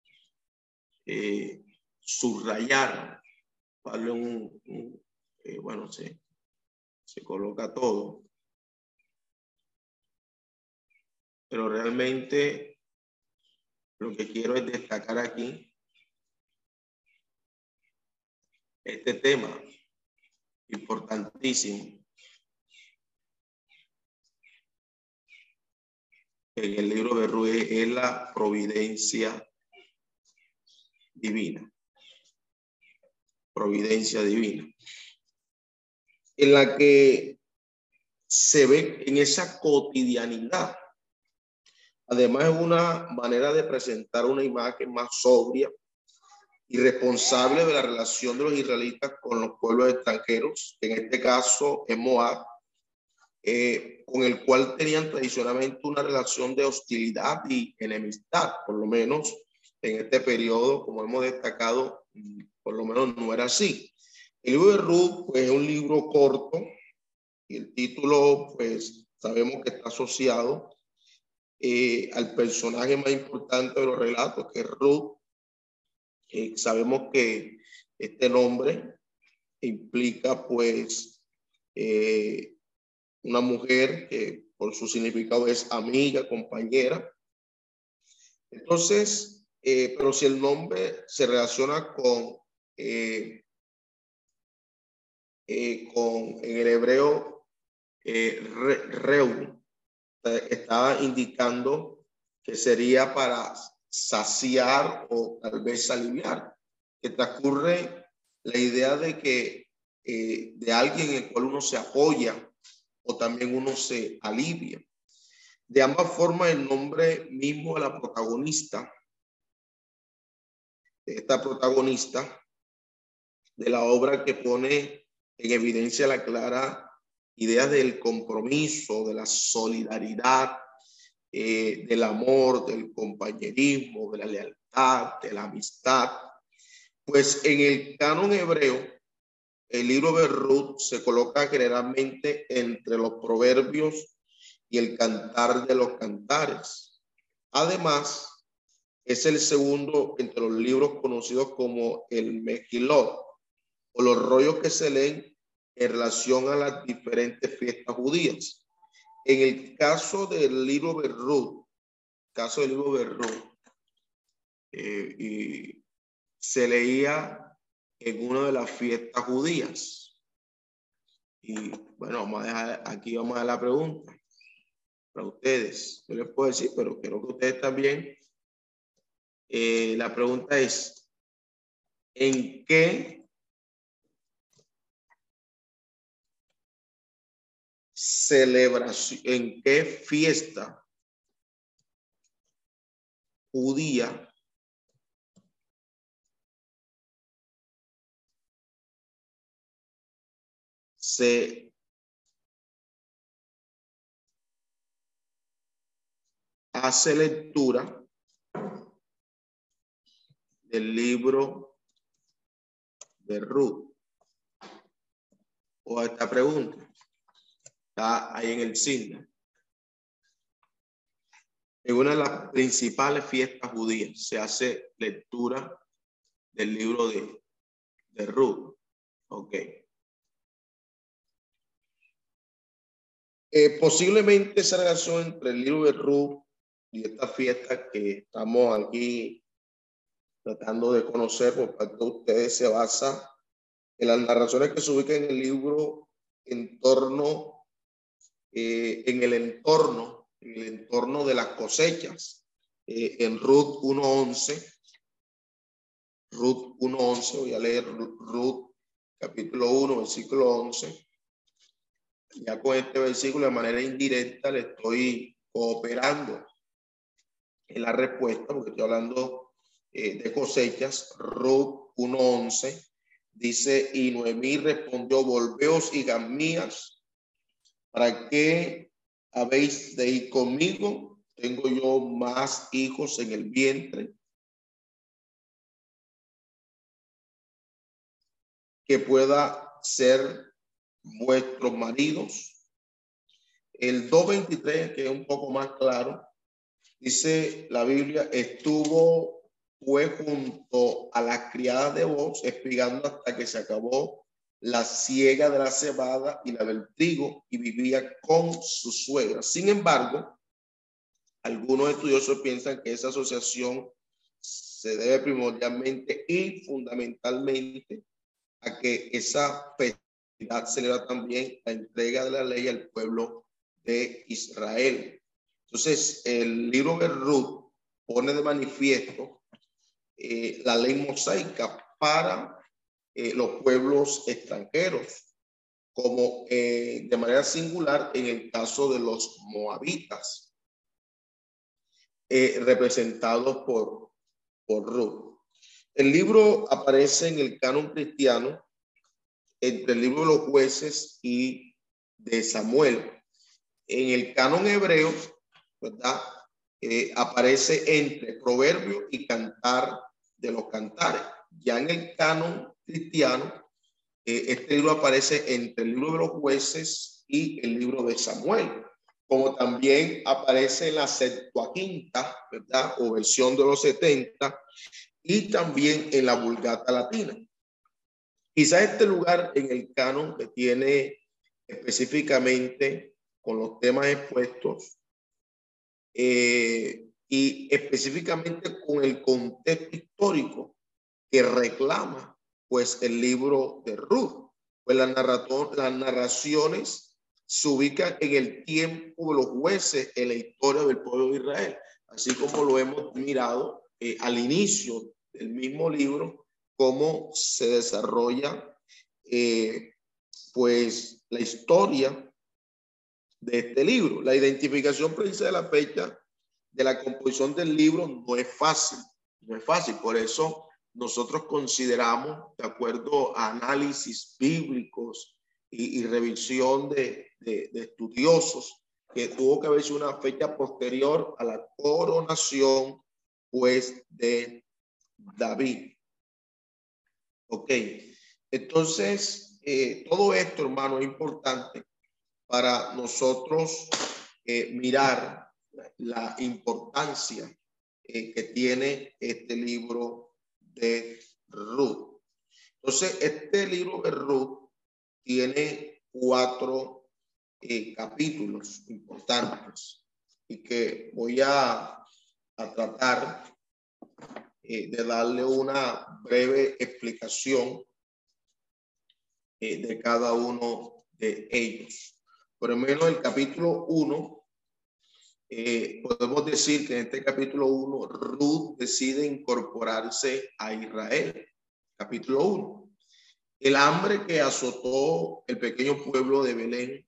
subrayar, darle bueno, se coloca todo, pero realmente lo que quiero es destacar aquí este tema importantísimo en el libro de Ruth, es la providencia divina. Providencia divina, en la que se ve en esa cotidianidad. Además, es una manera de presentar una imagen más sobria y responsable de la relación de los israelitas con los pueblos extranjeros, en este caso es Moab, con el cual tenían tradicionalmente una relación de hostilidad y enemistad, por lo menos en este periodo, como hemos destacado, por lo menos no era así. El libro de Ruth, pues, es un libro corto y el título, pues, sabemos que está asociado al personaje más importante de los relatos, que es Ruth. Sabemos que este nombre implica, pues, una mujer que por su significado es amiga, compañera. Entonces, pero si el nombre se relaciona con en el hebreo reu, está indicando que sería para saciar o tal vez aliviar, que transcurre la idea de que de alguien en el cual uno se apoya o también uno se alivia. De ambas formas, el nombre mismo de la protagonista, de esta protagonista de la obra, que pone en evidencia la clara idea del compromiso, de la solidaridad, del amor, del compañerismo, de la lealtad, de la amistad. Pues en el canon hebreo, el libro de Ruth se coloca generalmente entre los proverbios y el cantar de los cantares. Además, es el segundo entre los libros conocidos como el Mejilot, o los rollos que se leen en relación a las diferentes fiestas judías. En el caso del libro de Ruth, y se leía en una de las fiestas judías. Y bueno, vamos a dejar la pregunta para ustedes. Yo les puedo decir, pero quiero que ustedes también. La pregunta es, ¿en qué celebración, en qué fiesta judía se hace lectura del libro de Ruth? O esta pregunta está ahí en el signo. En una de las principales fiestas judías se hace lectura del libro de Ruth. Ok. Posiblemente esa relación entre el libro de Ruth y esta fiesta que estamos aquí tratando de conocer por parte de ustedes se basa en las narraciones que se ubican en el libro en el entorno de las cosechas. En Ruth 1:11, voy a leer Ruth capítulo 1, versículo 11. Ya con este versículo de manera indirecta le estoy cooperando en la respuesta, porque estoy hablando de cosechas. Ruth 1:11 dice: y Noemí respondió: volveos, hijas mías, ¿para qué habéis de ir conmigo? Tengo yo más hijos en el vientre que pueda ser vuestros maridos. El 2:23, que es un poco más claro, dice la Biblia: estuvo pues junto a las criadas de voz, espigando hasta que se acabó la siega de la cebada y la del trigo, y vivía con su suegra. Sin embargo, algunos estudiosos piensan que esa asociación se debe primordialmente y fundamentalmente a que esa festividad celebra también la entrega de la ley al pueblo de Israel. Entonces, el libro de Ruth pone de manifiesto la ley mosaica para los pueblos extranjeros, como de manera singular en el caso de los moabitas, representados por Ruth. El libro aparece en el canon cristiano entre el libro de los jueces y de Samuel. En el canon hebreo, ¿verdad? Aparece entre proverbio y cantar de los cantares. Ya en el canon cristiano, este libro aparece entre el libro de los jueces y el libro de Samuel, como también aparece en la Septuaginta, ¿verdad? O versión de los 70, y también en la Vulgata Latina. Quizá este lugar en el canon que tiene específicamente con los temas expuestos y específicamente con el contexto histórico que reclama pues el libro de Ruth. Pues las narraciones se ubican en el tiempo de los jueces en la historia del pueblo de Israel, así como lo hemos mirado al inicio del mismo libro, cómo se desarrolla pues la historia de este libro. La identificación precisa de la fecha de la composición del libro no es fácil, por eso nosotros consideramos, de acuerdo a análisis bíblicos y revisión de estudiosos, que tuvo que haber sido una fecha posterior a la coronación, pues, de David. Ok, entonces, todo esto, hermano, es importante para nosotros mirar la importancia que tiene este libro de Ruth. Entonces, este libro de Ruth tiene 4 capítulos importantes y que voy a tratar de darle una breve explicación de cada uno de ellos. Por lo menos el capítulo 1, podemos decir que en este capítulo 1 Ruth decide incorporarse a Israel. Capítulo 1. El hambre que azotó el pequeño pueblo de Belén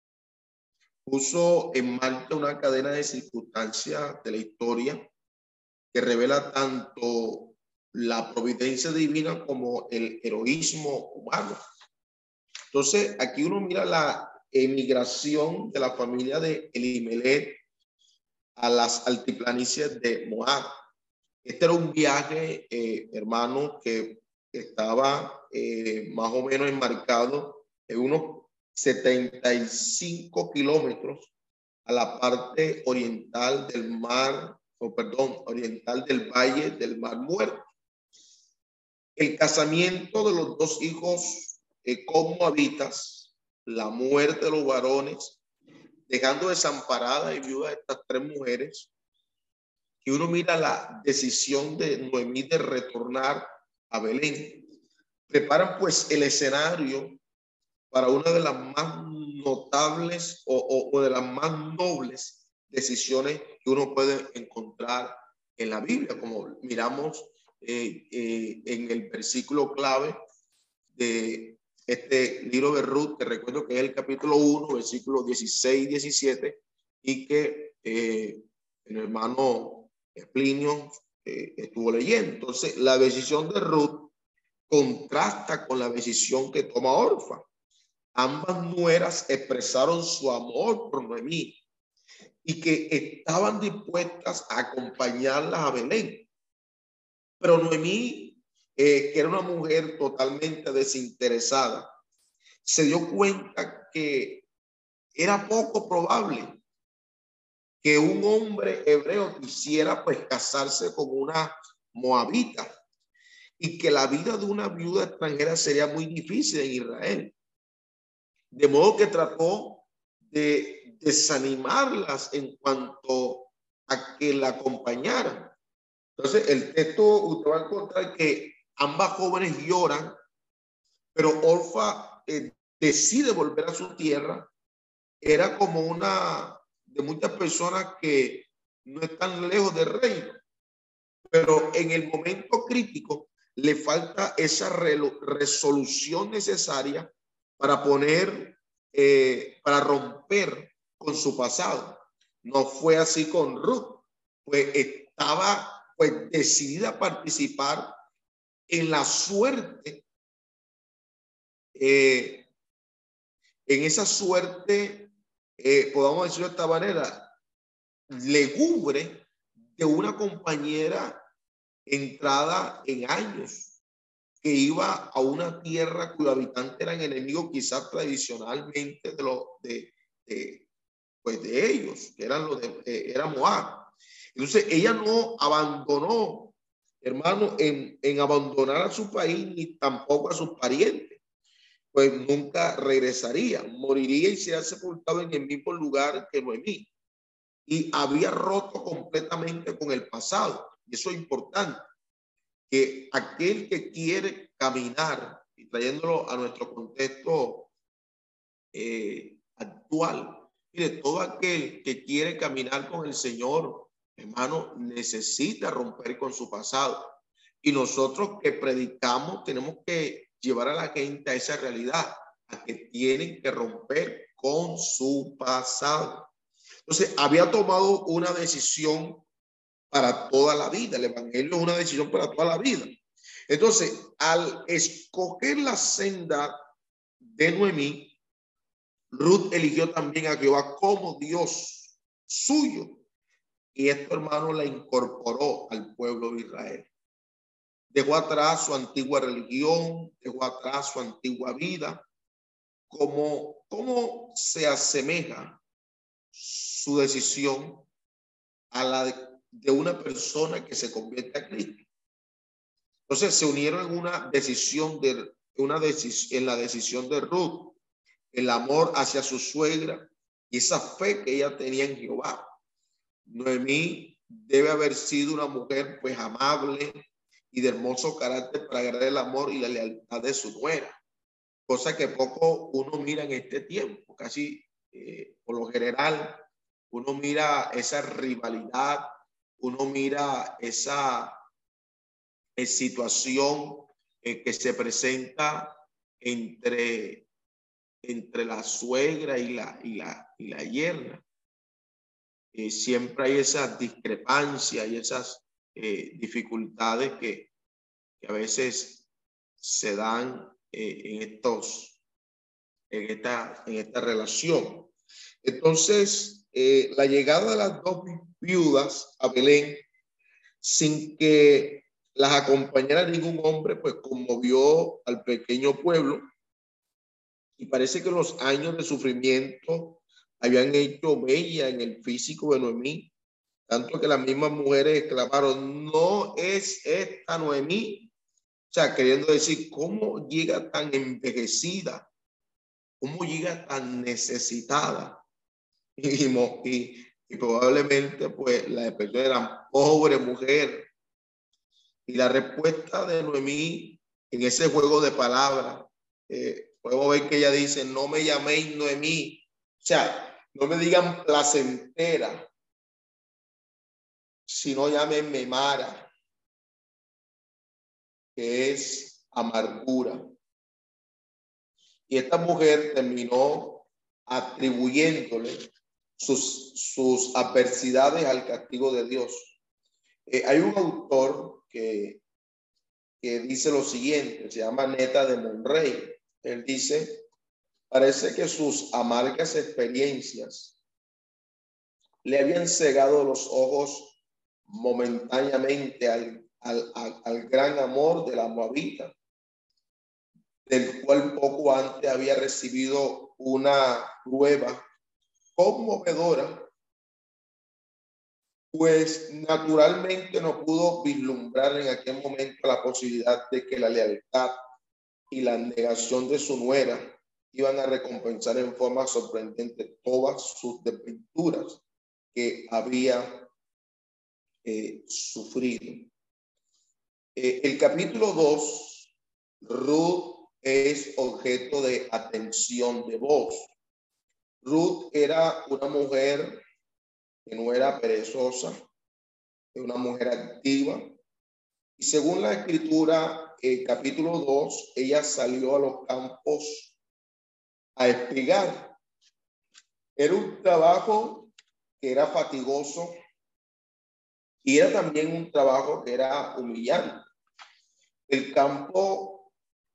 puso en marcha una cadena de circunstancias de la historia que revela tanto la providencia divina como el heroísmo humano. Entonces, aquí uno mira la emigración de la familia de Elimelech a las altiplanicies de Moab. Este era un viaje, hermano, que estaba más o menos enmarcado en unos 75 kilómetros a la parte oriental del mar, oriental del valle del Mar Muerto. El casamiento de los 2 hijos con moabitas, la muerte de los varones, dejando desamparada y viuda a estas 3 mujeres, y uno mira la decisión de Noemí de retornar a Belén. Preparan pues el escenario para una de las más notables o de las más nobles decisiones que uno puede encontrar en la Biblia, como miramos en el versículo clave de este libro de Ruth, que recuerdo que es el capítulo 1, versículos 16 y 17, y que el hermano Plinio estuvo leyendo. Entonces, la decisión de Ruth contrasta con la decisión que toma Orfa. Ambas nueras expresaron su amor por Noemí y que estaban dispuestas a acompañarlas a Belén. Pero Noemí, que era una mujer totalmente desinteresada, se dio cuenta que era poco probable que un hombre hebreo quisiera pues casarse con una moabita y que la vida de una viuda extranjera sería muy difícil en Israel. De modo que trató de desanimarlas en cuanto a que la acompañaran. Entonces, el texto usted va a encontrar que ambas jóvenes lloran, pero Orfa decide volver a su tierra. Era como una de muchas personas que no están lejos del reino, pero en el momento crítico le falta esa resolución necesaria para para romper con su pasado. No fue así con Ruth, pues estaba pues decidida a participar en la suerte, en esa suerte, podamos decirlo de esta manera, lúgubre de una compañera entrada en años, que iba a una tierra cuyos habitantes eran enemigos quizás tradicionalmente de ellos, que eran era Moab. Entonces ella no abandonó, hermano, en abandonar a su país ni tampoco a sus parientes, pues nunca regresaría, moriría y sería sepultado en el mismo lugar que Noemí, y había roto completamente con el pasado. Y eso es importante, que aquel que quiere caminar, y trayéndolo a nuestro contexto actual, mire, todo aquel que quiere caminar con el Señor, hermano, necesita romper con su pasado. Y nosotros que predicamos tenemos que llevar a la gente a esa realidad, a que tienen que romper con su pasado. Entonces, había tomado una decisión para toda la vida. El evangelio es una decisión para toda la vida. Entonces, al escoger la senda de Noemí, Ruth eligió también a Jehová como Dios suyo. Y esto, hermano, la incorporó al pueblo de Israel. Dejó atrás su antigua religión, dejó atrás su antigua vida. ¿Cómo se asemeja su decisión a la de una persona que se convierte a Cristo? Entonces se unieron en una decisión en la decisión de Ruth, el amor hacia su suegra y esa fe que ella tenía en Jehová. Noemí debe haber sido una mujer pues amable y de hermoso carácter para agarrar el amor y la lealtad de su nuera, cosa que poco uno mira en este tiempo. Casi por lo general uno mira esa rivalidad, uno mira esa situación que se presenta entre la suegra y la yerna. Siempre hay esas discrepancias y esas dificultades que a veces se dan en esta relación. Entonces, la llegada de las dos viudas a Belén sin que las acompañara ningún hombre, pues conmovió al pequeño pueblo, y parece que los años de sufrimiento habían hecho mella en el físico de Noemí, tanto que las mismas mujeres exclamaron: ¿no es esta Noemí? O sea, queriendo decir, ¿cómo llega tan envejecida? ¿Cómo llega tan necesitada? Y probablemente pues la expresión era pobre mujer. Y la respuesta de Noemí en ese juego de palabras, podemos ver que ella dice: no me llaméis Noemí, o sea, no me digan placentera, sino llámenme Mara, que es amargura. Y esta mujer terminó atribuyéndole sus adversidades al castigo de Dios. Hay un autor que dice lo siguiente, se llama Neta de Monrey. Él dice: parece que sus amargas experiencias le habían cegado los ojos momentáneamente al gran amor de la moabita, del cual poco antes había recibido una prueba conmovedora, pues naturalmente no pudo vislumbrar en aquel momento la posibilidad de que la lealtad y la negación de su nuera iban a recompensar en forma sorprendente todas sus desventuras que había sufrido. El capítulo 2, Ruth es objeto de atención de voz. Ruth era una mujer que no era perezosa, una mujer activa. Y según la escritura, capítulo 2, ella salió a los campos a espigar. Era un trabajo que era fatigoso y era también un trabajo que era humillante. El campo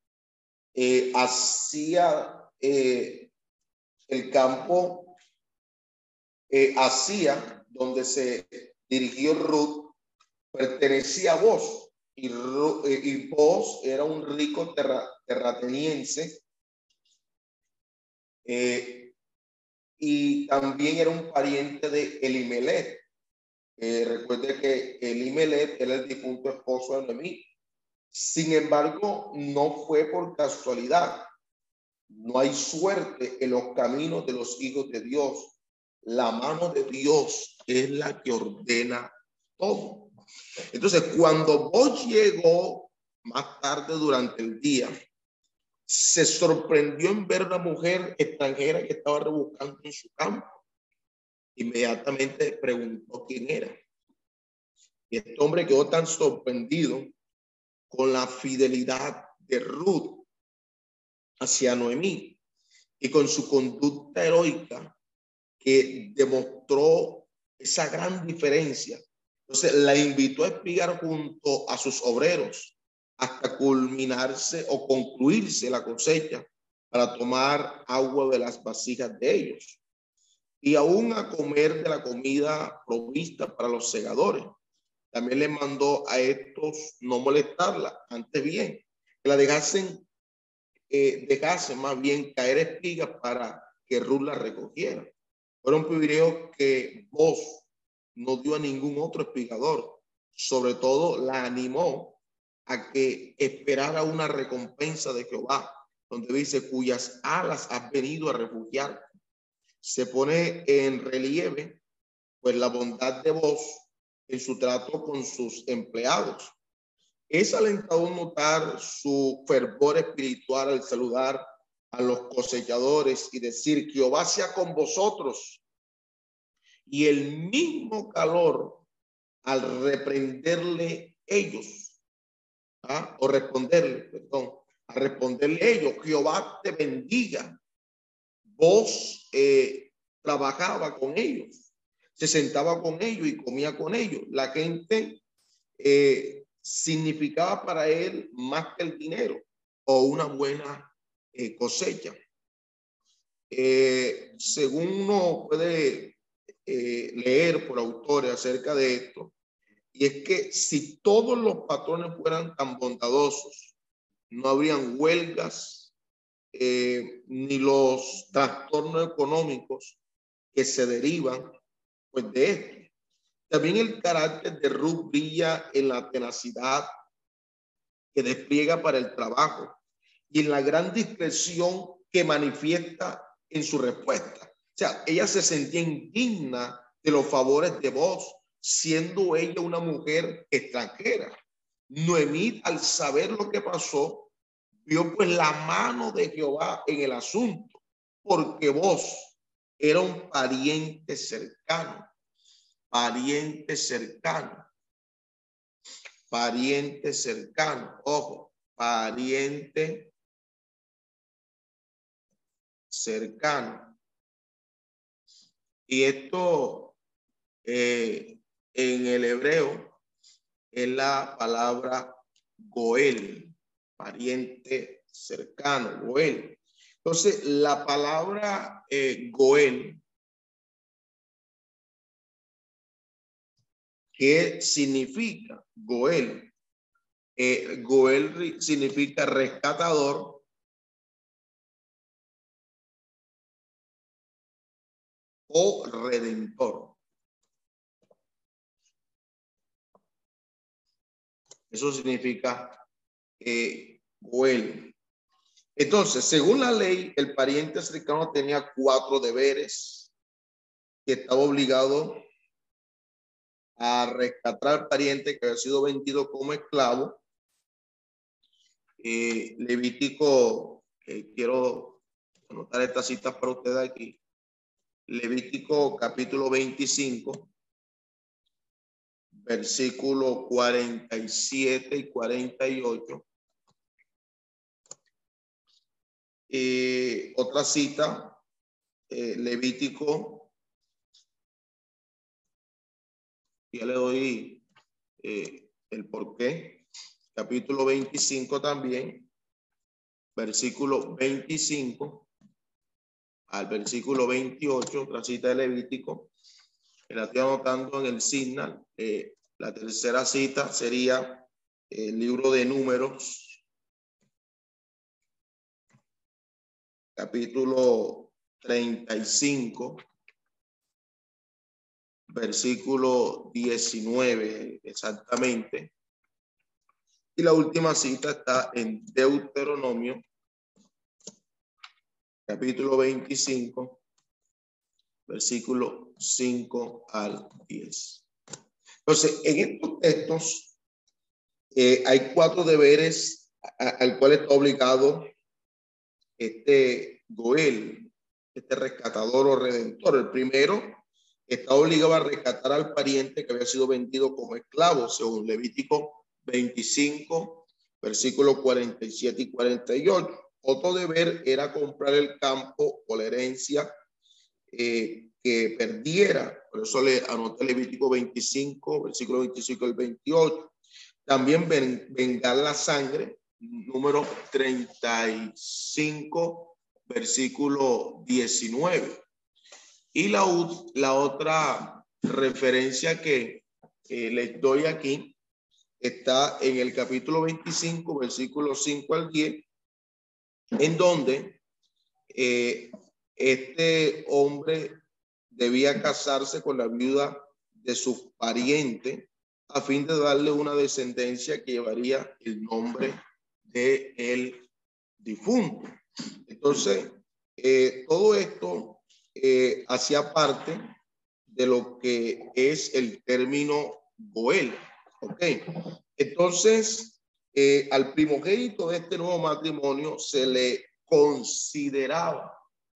hacía donde se dirigió Ruth pertenecía a Boaz, y Boaz era un rico terrateniense, y también era un pariente de Elimelech. Recuerde que Elimelech era el difunto esposo de Noemí. Sin embargo, no fue por casualidad. No hay suerte en los caminos de los hijos de Dios. La mano de Dios es la que ordena todo. Entonces, cuando Boaz llegó más tarde durante el día, se sorprendió en ver una mujer extranjera que estaba rebuscando en su campo. Inmediatamente preguntó quién era. Y este hombre quedó tan sorprendido con la fidelidad de Ruth hacia Noemí y con su conducta heroica, que demostró esa gran diferencia. Entonces la invitó a espigar junto a sus obreros hasta culminarse o concluirse la cosecha para tomar agua de las vasijas de ellos, y aún a comer de la comida provista para los segadores. También les mandó a estos no molestarla, antes bien, que la dejasen más bien caer espigas para que Ruth la recogiera. Fueron privilegios que vos no dio a ningún otro espigador. Sobre todo la animó a que esperara una recompensa de Jehová, donde dice, cuyas alas has venido a refugiar. Se pone en relieve pues la bondad de vos en su trato con sus empleados. Es alentador notar su fervor espiritual al saludar a los cosechadores y decir, Jehová sea con vosotros. Y el mismo calor al reprenderle ellos, a responderle ellos, Jehová te bendiga. Vos trabajaba con ellos, se sentaba con ellos y comía con ellos. La gente significaba para él más que el dinero o una buena cosecha. Según uno puede leer por autores acerca de esto, y es que si todos los patrones fueran tan bondadosos, no habrían huelgas ni los trastornos económicos que se derivan pues de esto. También el carácter de Ruth brilla en la tenacidad que despliega para el trabajo y en la gran discreción que manifiesta en su respuesta. O sea, ella se sentía indigna de los favores de Booz, siendo ella una mujer extranjera. Noemí, al saber lo que pasó, vio pues la mano de Jehová en el asunto, porque Booz era un pariente cercano. Ojo, pariente cercano. Y esto en el hebreo es la palabra Goel, pariente cercano, Goel. Entonces, la palabra Goel, ¿qué significa Goel? Goel significa rescatador o redentor. Eso significa Goel. Entonces, según la ley, el pariente cercano tenía 4 deberes que estaba obligado a rescatar al pariente que había sido vendido como esclavo. Levítico, quiero anotar estas citas para ustedes aquí. Levítico capítulo 25, versículo 47 y 48. Otra cita, Levítico, ya le doy el porqué. Capítulo 25 también, versículo 25 al versículo 28, otra cita de Levítico. La estoy anotando en el Signal. La tercera cita sería el libro de Números, capítulo 35, versículo 19 exactamente. Y la última cita está en Deuteronomio, capítulo 25, versículo 5 al 10. Entonces, en estos textos hay 4 deberes al cual está obligado este Goel, este rescatador o redentor. El primero, está obligado a rescatar al pariente que había sido vendido como esclavo, según Levítico 25, versículos 47 y 48. Otro deber era comprar el campo o la herencia que perdiera. Por eso le anoté Levítico 25, versículo 25 al 28. También vengar la sangre, número 35, versículo 19. Y la otra referencia que les doy aquí está en el capítulo 25, versículos 5 al 10, en donde este hombre debía casarse con la viuda de su pariente a fin de darle una descendencia que llevaría el nombre de el difunto. Entonces, todo esto hacía parte de lo que es el término Goel. Ok, entonces al primogénito de este nuevo matrimonio se le consideraba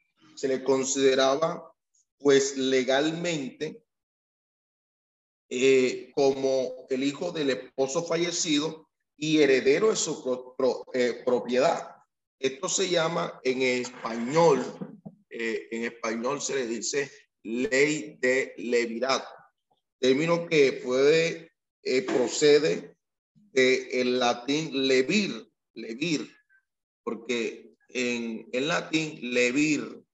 pues legalmente como el hijo del esposo fallecido y heredero de su propiedad. Esto se llama en español se le dice ley de levirato, término que procede del latín levir, porque en latín levir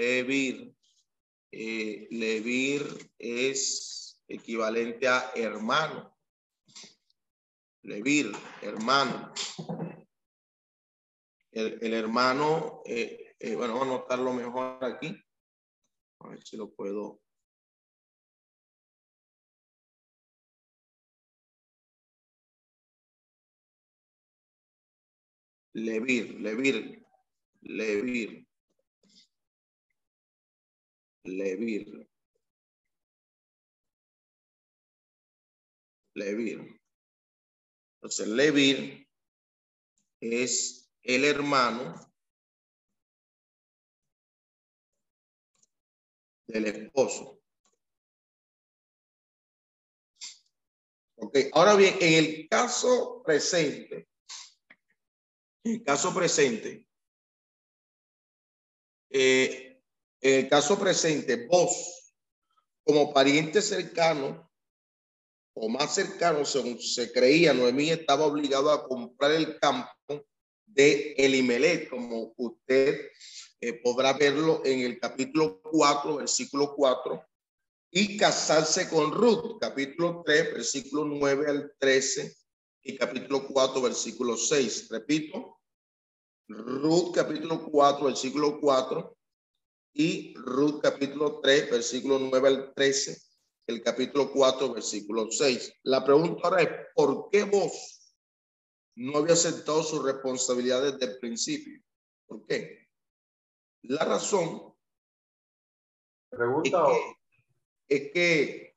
es equivalente a hermano. Levir, hermano. El hermano, bueno, vamos a anotarlo mejor aquí. A ver si lo puedo. Levir. Entonces, levir es el hermano del esposo. Ok, ahora bien, en el caso presente, vos, como pariente cercano o más cercano, según se creía, Noemí estaba obligado a comprar el campo de Elimelech, como usted podrá verlo en el capítulo 4, versículo 4, y casarse con Ruth, capítulo 3, versículo 9 al 13, y capítulo 4, versículo 6. Repito, Ruth, capítulo 4, versículo 4, y Ruth, capítulo 3, versículo 9 al 13, el capítulo 4, versículo 6. La pregunta ahora es, ¿por qué vos no había aceptado su responsabilidad desde el principio? ¿Por qué? La razón es que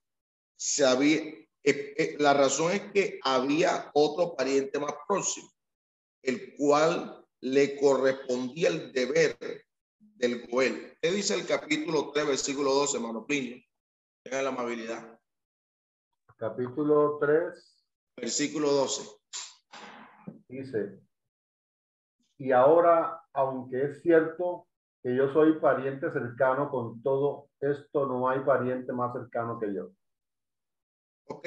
la razón es que había otro pariente más próximo, el cual le correspondía el deber del Goel. ¿Qué dice el capítulo 3, versículo 12, hermano Plinio? Tenga la amabilidad. Capítulo 3. Versículo 12. Dice, y ahora, aunque es cierto que yo soy pariente cercano, con todo esto no hay pariente más cercano que yo. Ok.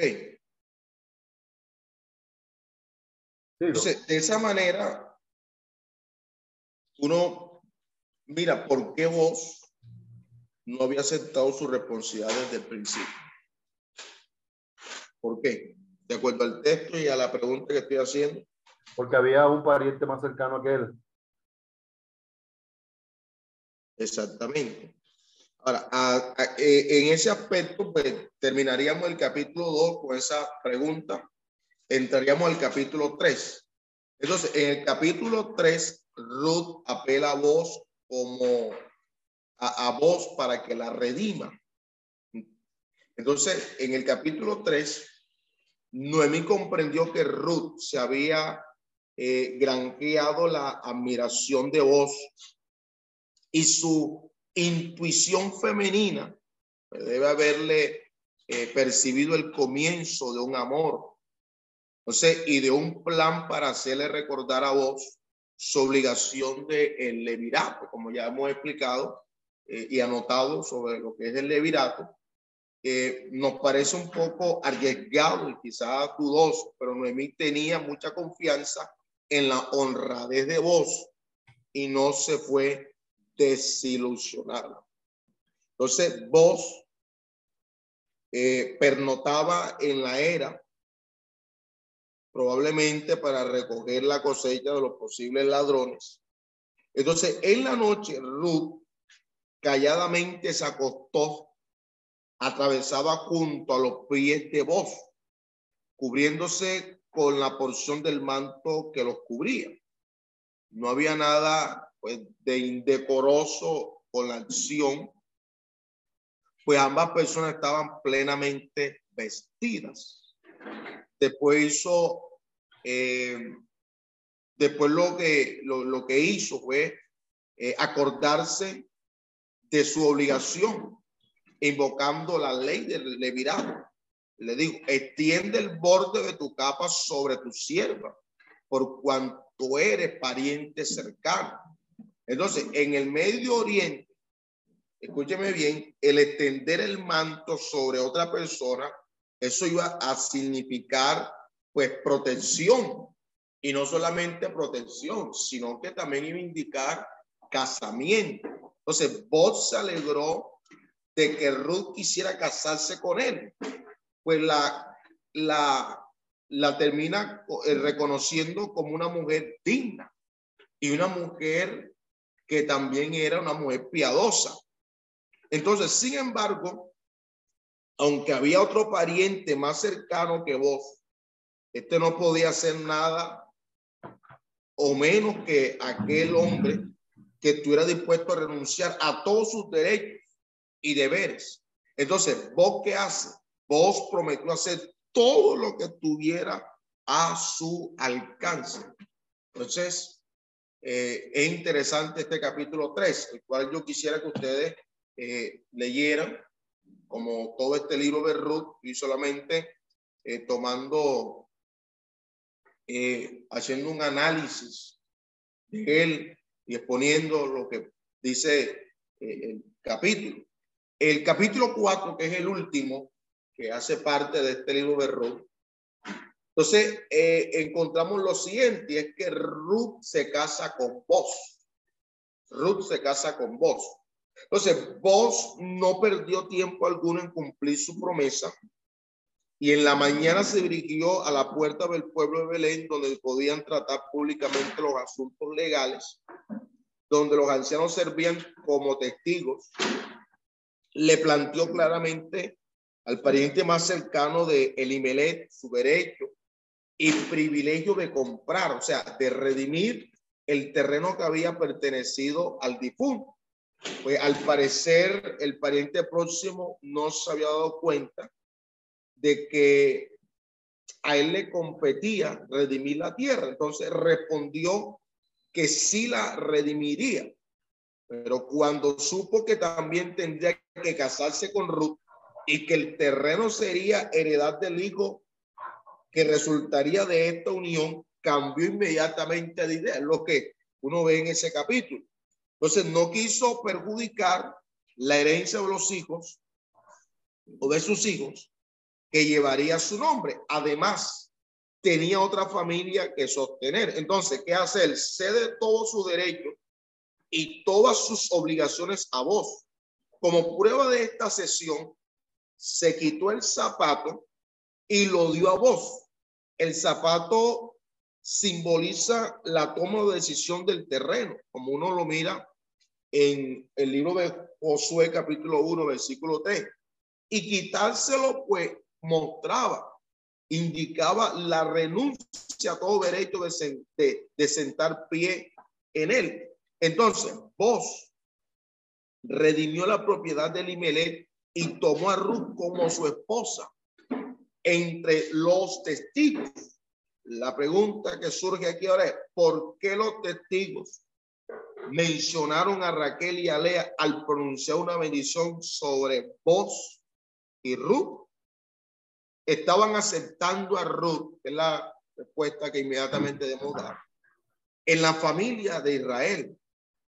Entonces, de esa manera, uno mira por qué vos no había aceptado su responsabilidad desde el principio. ¿Por qué? De acuerdo al texto y a la pregunta que estoy haciendo. Porque había un pariente más cercano que él. Exactamente. Ahora, en ese aspecto, pues terminaríamos el capítulo 2 con esa pregunta. Entraríamos al capítulo 3. Entonces, en el capítulo 3, Ruth apela a vos como a vos para que la redima. Entonces, en el capítulo 3, Noemí comprendió que Ruth se había granjeado la admiración de vos y su intuición femenina debe haberle percibido el comienzo de un amor. Entonces, y de un plan para hacerle recordar a vos su obligación de el levirato, como ya hemos explicado y anotado sobre lo que es el levirato. Nos parece un poco arriesgado y quizás dudoso, pero Noemí tenía mucha confianza en la honradez de vos y no se fue desilusionada. Entonces, Booz pernotaba en la era, probablemente para recoger la cosecha de los posibles ladrones. Entonces, en la noche, Ruth calladamente se acostó, atravesaba junto a los pies de Booz, cubriéndose con la porción del manto que los cubría. No había nada, pues, de indecoroso con la acción, pues ambas personas estaban plenamente vestidas. Después lo que hizo fue acordarse de su obligación, invocando la ley del levirato. Le dijo: extiende el borde de tu capa sobre tu sierva, por cuanto eres pariente cercano. Entonces, en el Medio Oriente, escúcheme bien, el extender el manto sobre otra persona, eso iba a significar, pues, protección. Y no solamente protección, sino que también iba a indicar casamiento. Entonces, Booz se alegró de que Ruth quisiera casarse con él. Pues la termina reconociendo como una mujer digna y una mujer que también era una mujer piadosa. Entonces, sin embargo, aunque había otro pariente más cercano que Booz, este no podía hacer nada o menos que aquel hombre que estuviera dispuesto a renunciar a todos sus derechos y deberes. Entonces, Booz, ¿qué hace? Booz prometió hacer todo lo que tuviera a su alcance. Entonces, es interesante este capítulo 3, el cual yo quisiera que ustedes leyeran, como todo este libro de Ruth, y solamente tomando, haciendo un análisis de él y exponiendo lo que dice el capítulo. El capítulo 4, que es el último, que hace parte de este libro de Ruth. Entonces, encontramos lo siguiente, y es que Ruth se casa con Booz. Ruth se casa con Booz. Entonces, Booz no perdió tiempo alguno en cumplir su promesa, y en la mañana se dirigió a la puerta del pueblo de Belén, donde podían tratar públicamente los asuntos legales, donde los ancianos servían como testigos. Le planteó claramente al pariente más cercano de Elimelech su derecho y privilegio de comprar, o sea, de redimir el terreno que había pertenecido al difunto. Pues al parecer el pariente próximo no se había dado cuenta de que a él le competía redimir la tierra. Entonces respondió que sí la redimiría, pero cuando supo que también tendría que casarse con Ruth y que el terreno sería heredad del hijo que resultaría de esta unión, cambió inmediatamente de idea, lo que uno ve en ese capítulo. Entonces no quiso perjudicar la herencia de los hijos o de sus hijos que llevaría su nombre. Además, tenía otra familia que sostener. Entonces, ¿qué hace él? Cede todos sus derechos y todas sus obligaciones a Booz. Como prueba de esta cesión, se quitó el zapato y lo dio a Booz. El zapato simboliza la toma de decisión del terreno, como uno lo mira en el libro de Josué capítulo 1 versículo 3. Y quitárselo, pues, mostraba, indicaba la renuncia a todo derecho de sentar pie en él. Entonces, Booz redimió la propiedad de Elimelech y tomó a Ruth como su esposa entre los testigos. La pregunta que surge aquí ahora es: ¿por qué los testigos mencionaron a Raquel y a Lea al pronunciar una bendición sobre Booz y Ruth? Estaban aceptando a Ruth, que es la respuesta que inmediatamente debemos dar, en la familia de Israel.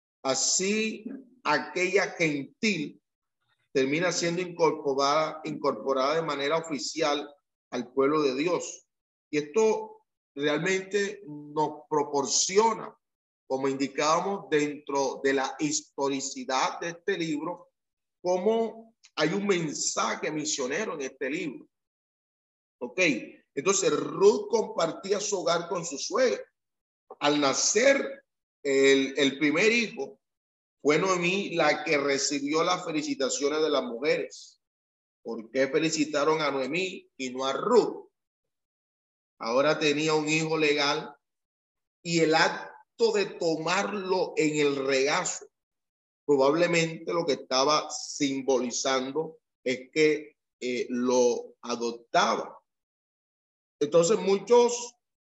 Así, aquella gentil termina siendo incorporada de manera oficial al pueblo de Dios. Y esto realmente nos proporciona como indicábamos dentro de la historicidad de este libro, cómo hay un mensaje misionero en este libro. Ok, entonces Ruth compartía su hogar con su suegra. Al nacer el primer hijo, fue Noemí la que recibió las felicitaciones de las mujeres. ¿Por qué felicitaron a Noemí y no a Ruth? Ahora tenía un hijo legal y el acto de tomarlo en el regazo, probablemente lo que estaba simbolizando es que lo adoptaba. Entonces muchos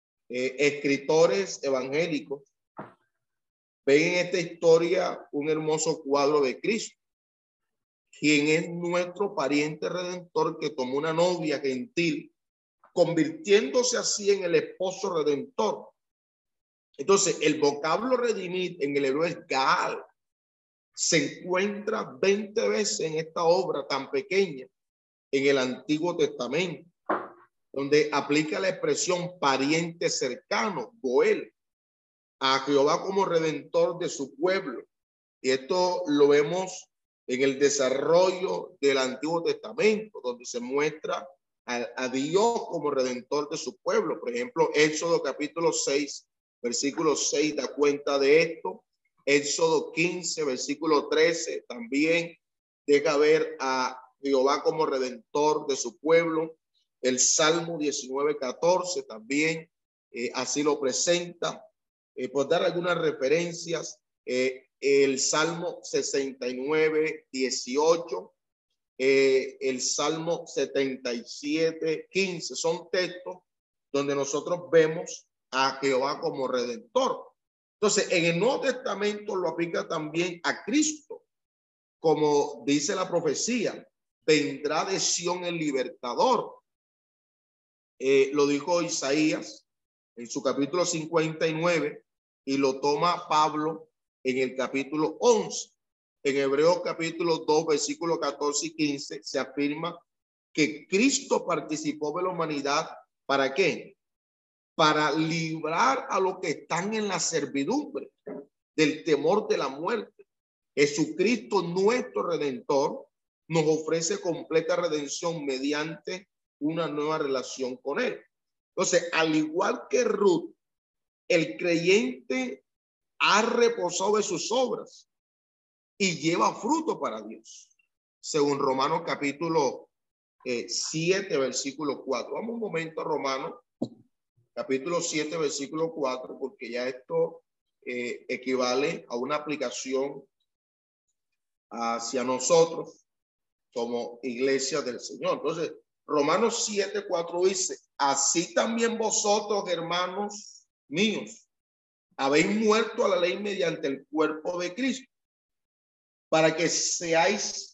escritores evangélicos ven en esta historia un hermoso cuadro de Cristo, quien es nuestro pariente redentor que tomó una novia gentil, convirtiéndose así en el esposo redentor. Entonces, el vocablo redimir en el hebreo es Gaal. Se encuentra 20 veces en esta obra tan pequeña en el Antiguo Testamento, donde aplica la expresión pariente cercano, Goel, a Jehová como redentor de su pueblo. Y esto lo vemos en el desarrollo del Antiguo Testamento, donde se muestra a Dios como redentor de su pueblo. Por ejemplo, Éxodo capítulo 6, versículo 6 da cuenta de esto. Éxodo 15, versículo 13 también deja ver a Jehová como redentor de su pueblo. El Salmo 19, 14 también así lo presenta. Por dar algunas referencias, el Salmo 69, 18, el Salmo 77, 15, son textos donde nosotros vemos a Jehová como redentor. Entonces, en el Nuevo Testamento lo aplica también a Cristo, como dice la profecía, vendrá de Sión el libertador. Lo dijo Isaías en su capítulo 59 y lo toma Pablo en el capítulo 11. En Hebreos capítulo 2, versículos 14 y 15 se afirma que Cristo participó de la humanidad. ¿Para qué? Para librar a los que están en la servidumbre del temor de la muerte. Jesucristo, nuestro redentor, nos ofrece completa redención mediante una nueva relación con él. Entonces, al igual que Ruth, el creyente ha reposado de sus obras y lleva fruto para Dios, según Romanos capítulo 7, versículo 4. Vamos un momento a Romanos capítulo 7, versículo 4, porque ya esto equivale a una aplicación hacia nosotros como iglesia del Señor. Entonces, Romanos 7, 4 dice: así también vosotros, hermanos míos, habéis muerto a la ley mediante el cuerpo de Cristo, para que seáis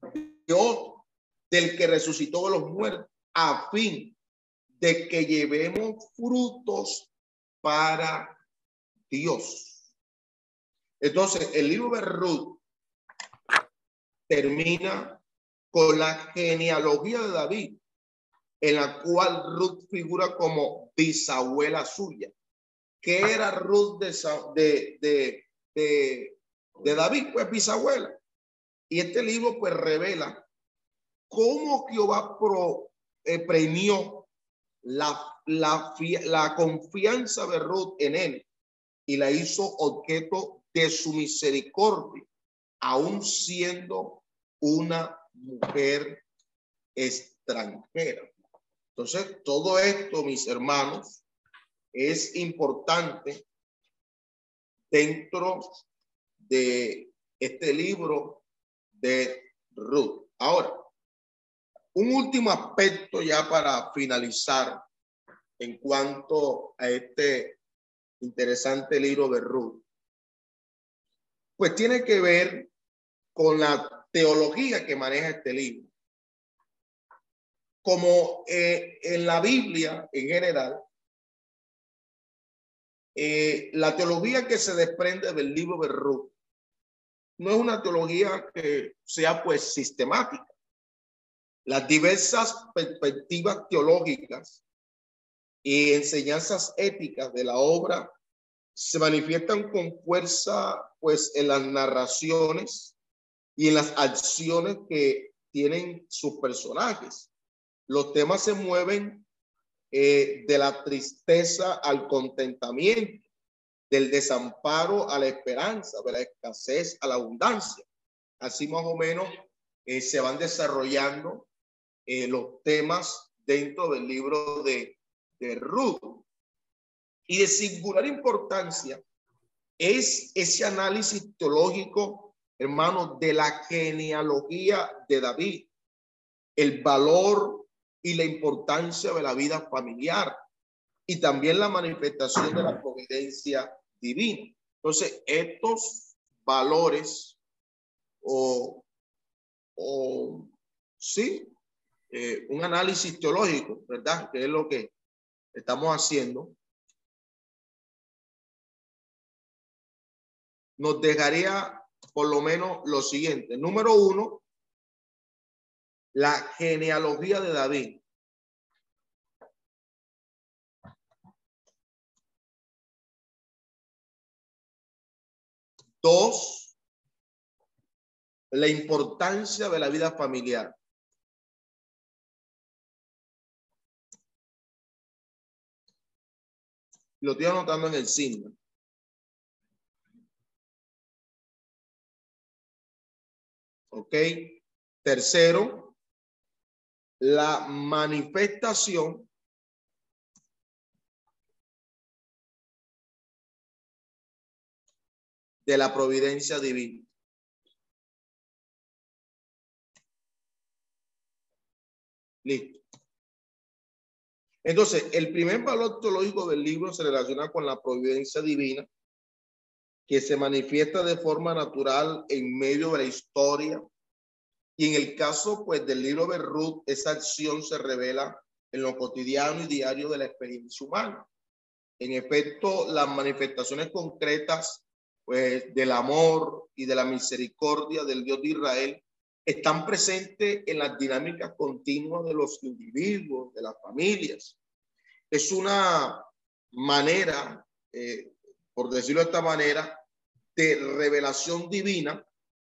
yo del que resucitó de los muertos, a fin de que llevemos frutos para Dios. Entonces, el libro de Ruth termina con la genealogía de David, en la cual Ruth figura como bisabuela suya. ¿Qué era Ruth de David? Pues bisabuela. Y este libro pues revela cómo Jehová premió la confianza de Ruth en él y la hizo objeto de su misericordia, aún siendo una mujer extranjera. Entonces, todo esto, mis hermanos, es importante dentro de este libro de Ruth. Ahora, un último aspecto ya para finalizar en cuanto a este interesante libro de Ruth, pues tiene que ver con la teología que maneja este libro. Como en la Biblia en general, la teología que se desprende del libro de Ruth no es una teología que sea pues sistemática. Las diversas perspectivas teológicas y enseñanzas éticas de la obra se manifiestan con fuerza pues en las narraciones y en las acciones que tienen sus personajes. Los temas se mueven de la tristeza al contentamiento, del desamparo a la esperanza, de la escasez a la abundancia. Así más o menos se van desarrollando los temas dentro del libro de Ruth. Y de singular importancia es ese análisis teológico, hermano, de la genealogía de David, el valor y la importancia de la vida familiar y también la manifestación de la providencia divina. Entonces, estos valores sí, un análisis teológico, ¿verdad? Que es lo que estamos haciendo. Nos dejaría por lo menos lo siguiente. Número 1, la genealogía de David. Dos, la importancia de la vida familiar. Lo estoy anotando en el signo. Ok. Tercero, la manifestación de la providencia divina. Listo. Entonces, el primer valor teológico del libro se relaciona con la providencia divina, que se manifiesta de forma natural en medio de la historia. Y en el caso, pues, del libro de Ruth, esa acción se revela en lo cotidiano y diario de la experiencia humana. En efecto, las manifestaciones concretas, pues, del amor y de la misericordia del Dios de Israel están presentes en las dinámicas continuas de los individuos, de las familias. Es una manera, por decirlo de esta manera, de revelación divina,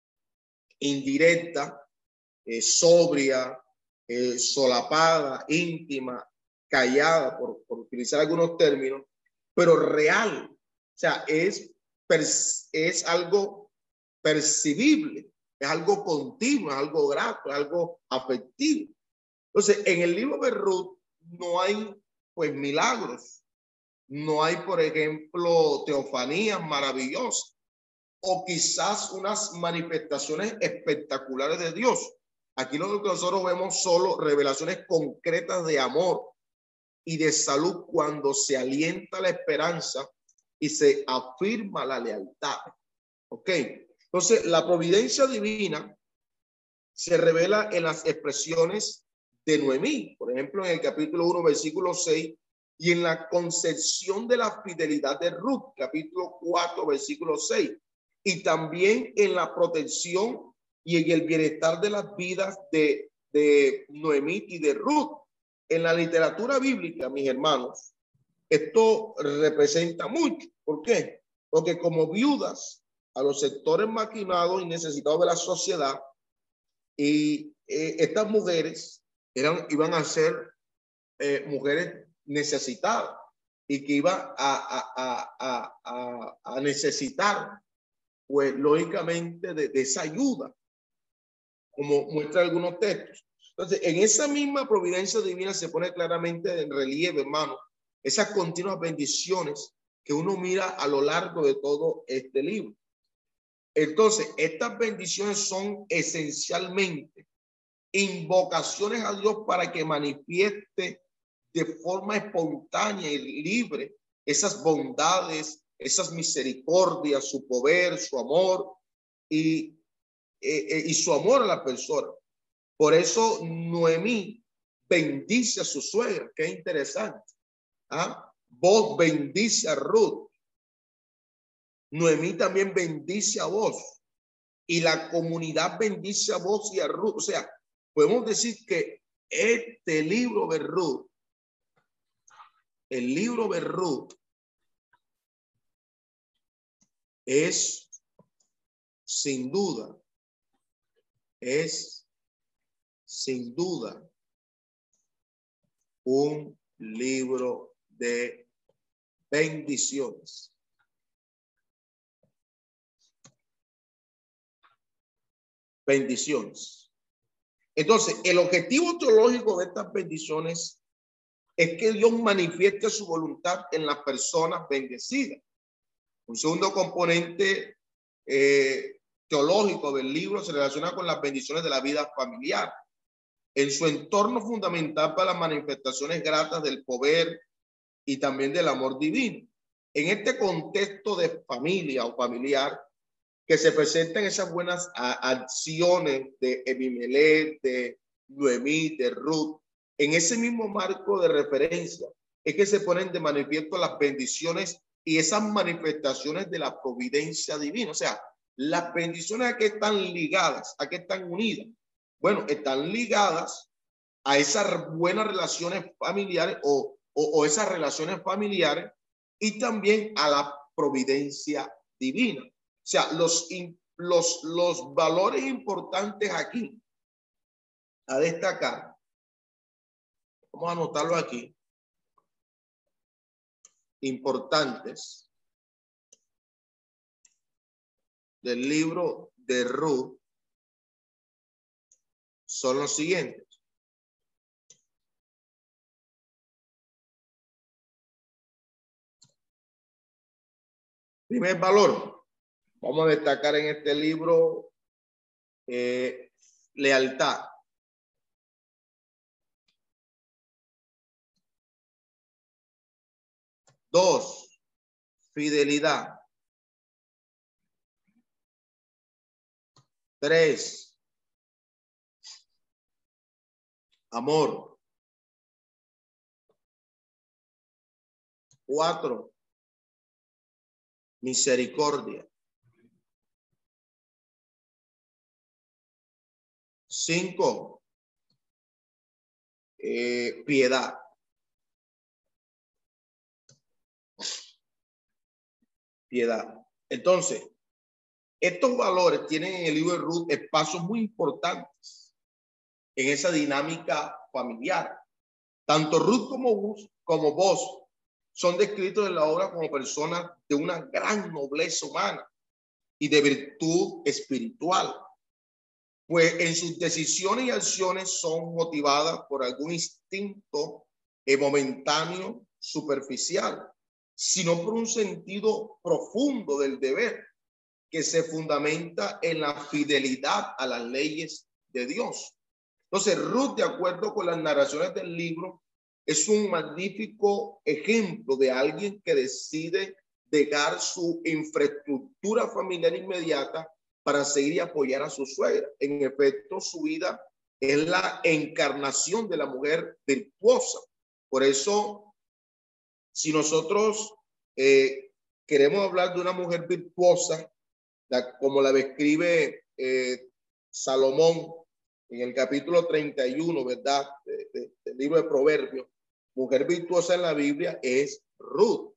indirecta, sobria, solapada, íntima, callada, por utilizar algunos términos, pero real. O sea, es algo percibible, es algo continuo, es algo grato, es algo afectivo. Entonces, en el libro de Ruth no hay, pues, milagros. No hay, por ejemplo, teofanías maravillosas o quizás unas manifestaciones espectaculares de Dios. Aquí lo que nosotros vemos solo revelaciones concretas de amor y de salud cuando se alienta la esperanza y se afirma la lealtad. ¿Ok? Entonces, la providencia divina se revela en las expresiones de Noemí, por ejemplo, en el capítulo 1, versículo 6, y en la concepción de la fidelidad de Ruth, capítulo 4, versículo 6, y también en la protección y en el bienestar de las vidas de Noemí y de Ruth. En la literatura bíblica, mis hermanos, esto representa mucho. ¿Por qué? Porque como viudas a los sectores marginados y necesitados de la sociedad, y estas mujeres iban a ser mujeres necesitadas y que iban a necesitar, pues, lógicamente, de esa ayuda, como muestra algunos textos. Entonces, en esa misma providencia divina se pone claramente en relieve, hermano, esas continuas bendiciones que uno mira a lo largo de todo este libro. Entonces, estas bendiciones son esencialmente invocaciones a Dios para que manifieste de forma espontánea y libre esas bondades, esas misericordias, su poder, su amor y su amor a la persona. Por eso Noemí bendice a su suegra. Qué interesante. ¿Ah? Vos bendice a Ruth. Noemí también bendice a vos. Y la comunidad bendice a vos y a Ruth. O sea, podemos decir que este libro de Ruth, el libro de Ruth, es sin duda, un libro de bendiciones. Bendiciones. Entonces, el objetivo teológico de estas bendiciones es que Dios manifieste su voluntad en las personas bendecidas. Un segundo componente teológico del libro se relaciona con las bendiciones de la vida familiar, en su entorno fundamental para las manifestaciones gratas del poder y también del amor divino. En este contexto de familia o familiar, que se presentan esas buenas acciones de Ebimelech, de Noemí, de Ruth, en ese mismo marco de referencia es que se ponen de manifiesto las bendiciones y esas manifestaciones de la providencia divina. O sea, las bendiciones a qué están ligadas, a qué están unidas. Bueno, están ligadas a esas buenas relaciones familiares o esas relaciones familiares y también a la providencia divina. O sea, los valores importantes aquí a destacar, vamos a anotarlo aquí, importantes del libro de Ruth son los siguientes. Primer valor, vamos a destacar en este libro lealtad. Dos, fidelidad. Tres, amor. Cuatro, misericordia. 5, piedad. Piedad. Entonces, estos valores tienen en el libro de Ruth espacios muy importantes en esa dinámica familiar. Tanto Ruth como vos son descritos en la obra como personas de una gran nobleza humana y de virtud espiritual, pues en sus decisiones y acciones son motivadas por algún instinto momentáneo, superficial, sino por un sentido profundo del deber que se fundamenta en la fidelidad a las leyes de Dios. Entonces, Ruth, de acuerdo con las narraciones del libro, es un magnífico ejemplo de alguien que decide dejar su infraestructura familiar inmediata para seguir y apoyar a su suegra. En efecto, su vida es la encarnación de la mujer virtuosa. Por eso, si nosotros queremos hablar de una mujer virtuosa, como la describe Salomón en el capítulo 31, ¿verdad? Del libro de Proverbios, mujer virtuosa en la Biblia es Ruth.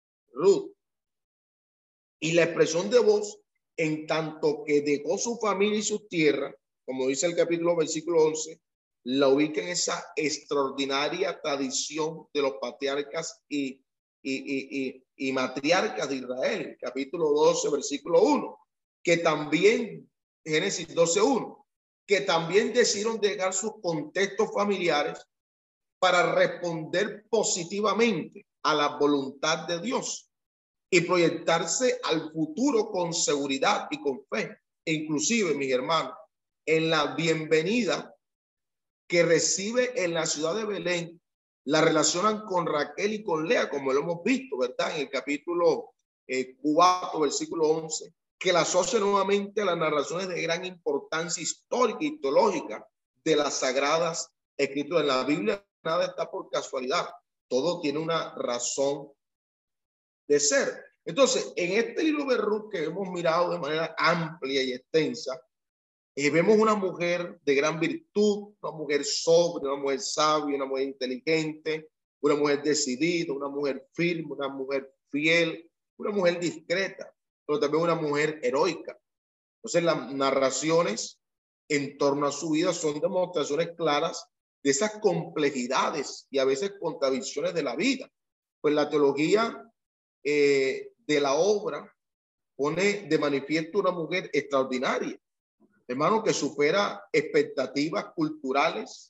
Y la expresión de voz, en tanto que dejó su familia y su tierra, como dice el capítulo versículo 11, la ubica en esa extraordinaria tradición de los patriarcas y matriarcas de Israel, capítulo 12, versículo 1, que también, Génesis 12:1, que también decidieron dejar sus contextos familiares para responder positivamente a la voluntad de Dios y proyectarse al futuro con seguridad y con fe. E inclusive, mis hermanos, en la bienvenida que recibe en la ciudad de Belén, la relacionan con Raquel y con Lea, como lo hemos visto, ¿verdad? En el capítulo 4, versículo 11, que la asocia nuevamente a las narraciones de gran importancia histórica y teológica de las sagradas escrituras. En la Biblia nada está por casualidad, todo tiene una razón de ser. Entonces, en este libro de Ruth que hemos mirado de manera amplia y extensa, vemos una mujer de gran virtud, una mujer sobria, una mujer sabia, una mujer inteligente, una mujer decidida, una mujer firme, una mujer fiel, una mujer discreta. pero también una mujer heroica. Entonces las narraciones en torno a su vida son demostraciones claras de esas complejidades y a veces contradicciones de la vida. Pues la teología de la obra pone de manifiesto una mujer extraordinaria, hermano, que supera expectativas culturales,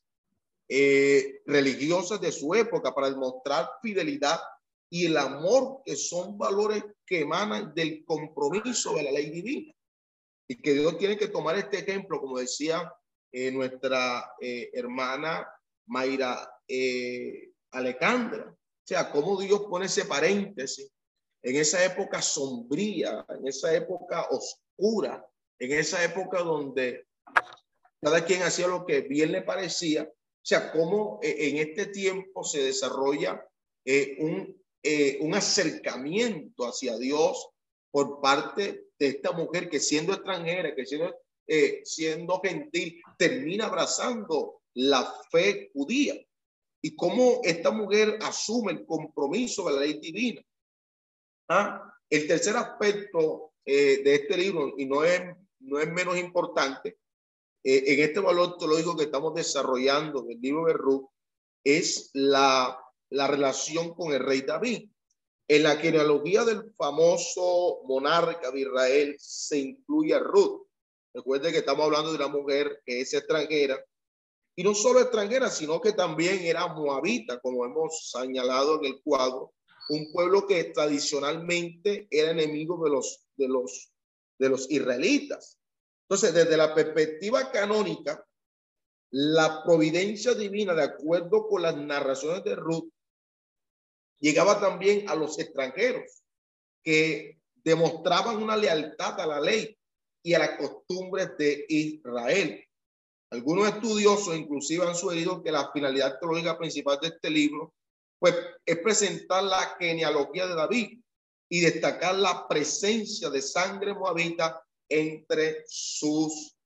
religiosas de su época para demostrar fidelidad y el amor, que son valores que emanan del compromiso de la ley divina. Y que Dios tiene que tomar este ejemplo, como decía nuestra hermana Mayra Alejandra. O sea, cómo Dios pone ese paréntesis en esa época sombría, en esa época oscura, en esa época donde cada quien hacía lo que bien le parecía. O sea, cómo en este tiempo se desarrolla un acercamiento hacia Dios por parte de esta mujer que, siendo extranjera, que siendo gentil, termina abrazando la fe judía, y cómo esta mujer asume el compromiso de la ley divina. El tercer aspecto de este libro, y no es menos importante, en este valor teológico que estamos desarrollando del libro de Ruth, es la relación con el rey David. En la genealogía del famoso monarca de Israel se incluye a Ruth. Recuerden que estamos hablando de una mujer que es extranjera, y no solo extranjera, sino que también era moabita, como hemos señalado en el cuadro, un pueblo que tradicionalmente era enemigo de los israelitas. Entonces, desde la perspectiva canónica, la providencia divina, de acuerdo con las narraciones de Ruth, llegaba también a los extranjeros que demostraban una lealtad a la ley y a las costumbres de Israel. Algunos estudiosos inclusive han sugerido que la finalidad teológica principal de este libro, pues, es presentar la genealogía de David y destacar la presencia de sangre moabita entre sus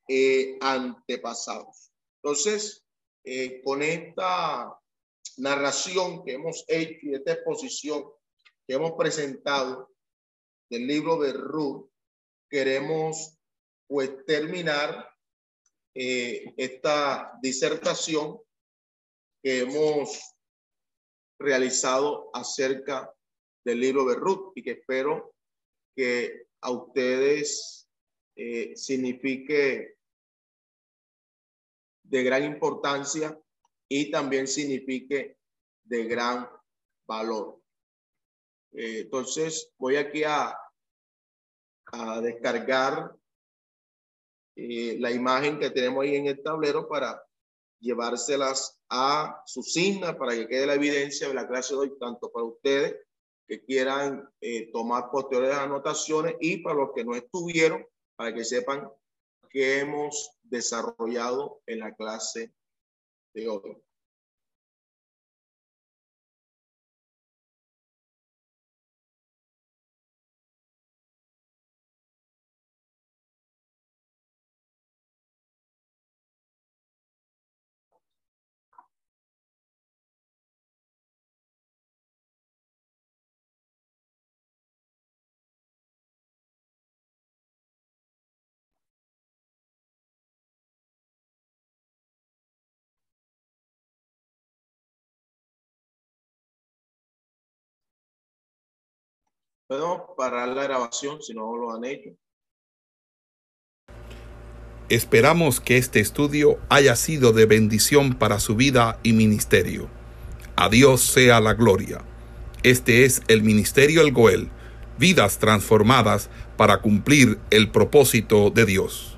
antepasados. Entonces, con esta narración que hemos hecho y esta exposición que hemos presentado del libro de Ruth, queremos pues terminar esta disertación que hemos realizado acerca del libro de Ruth, y que espero que a ustedes signifique de gran importancia y también signifique de gran valor. Entonces voy aquí a descargar la imagen que tenemos ahí en el tablero para llevárselas a su signa, para que quede la evidencia de la clase de hoy, tanto para ustedes que quieran tomar posteriores anotaciones, y para los que no estuvieron, para que sepan que hemos desarrollado en la clase de hoy. Podemos parar la grabación si no lo han hecho. Esperamos que este estudio haya sido de bendición para su vida y ministerio. A Dios sea la gloria. Este es el Ministerio El Goel, vidas transformadas para cumplir el propósito de Dios.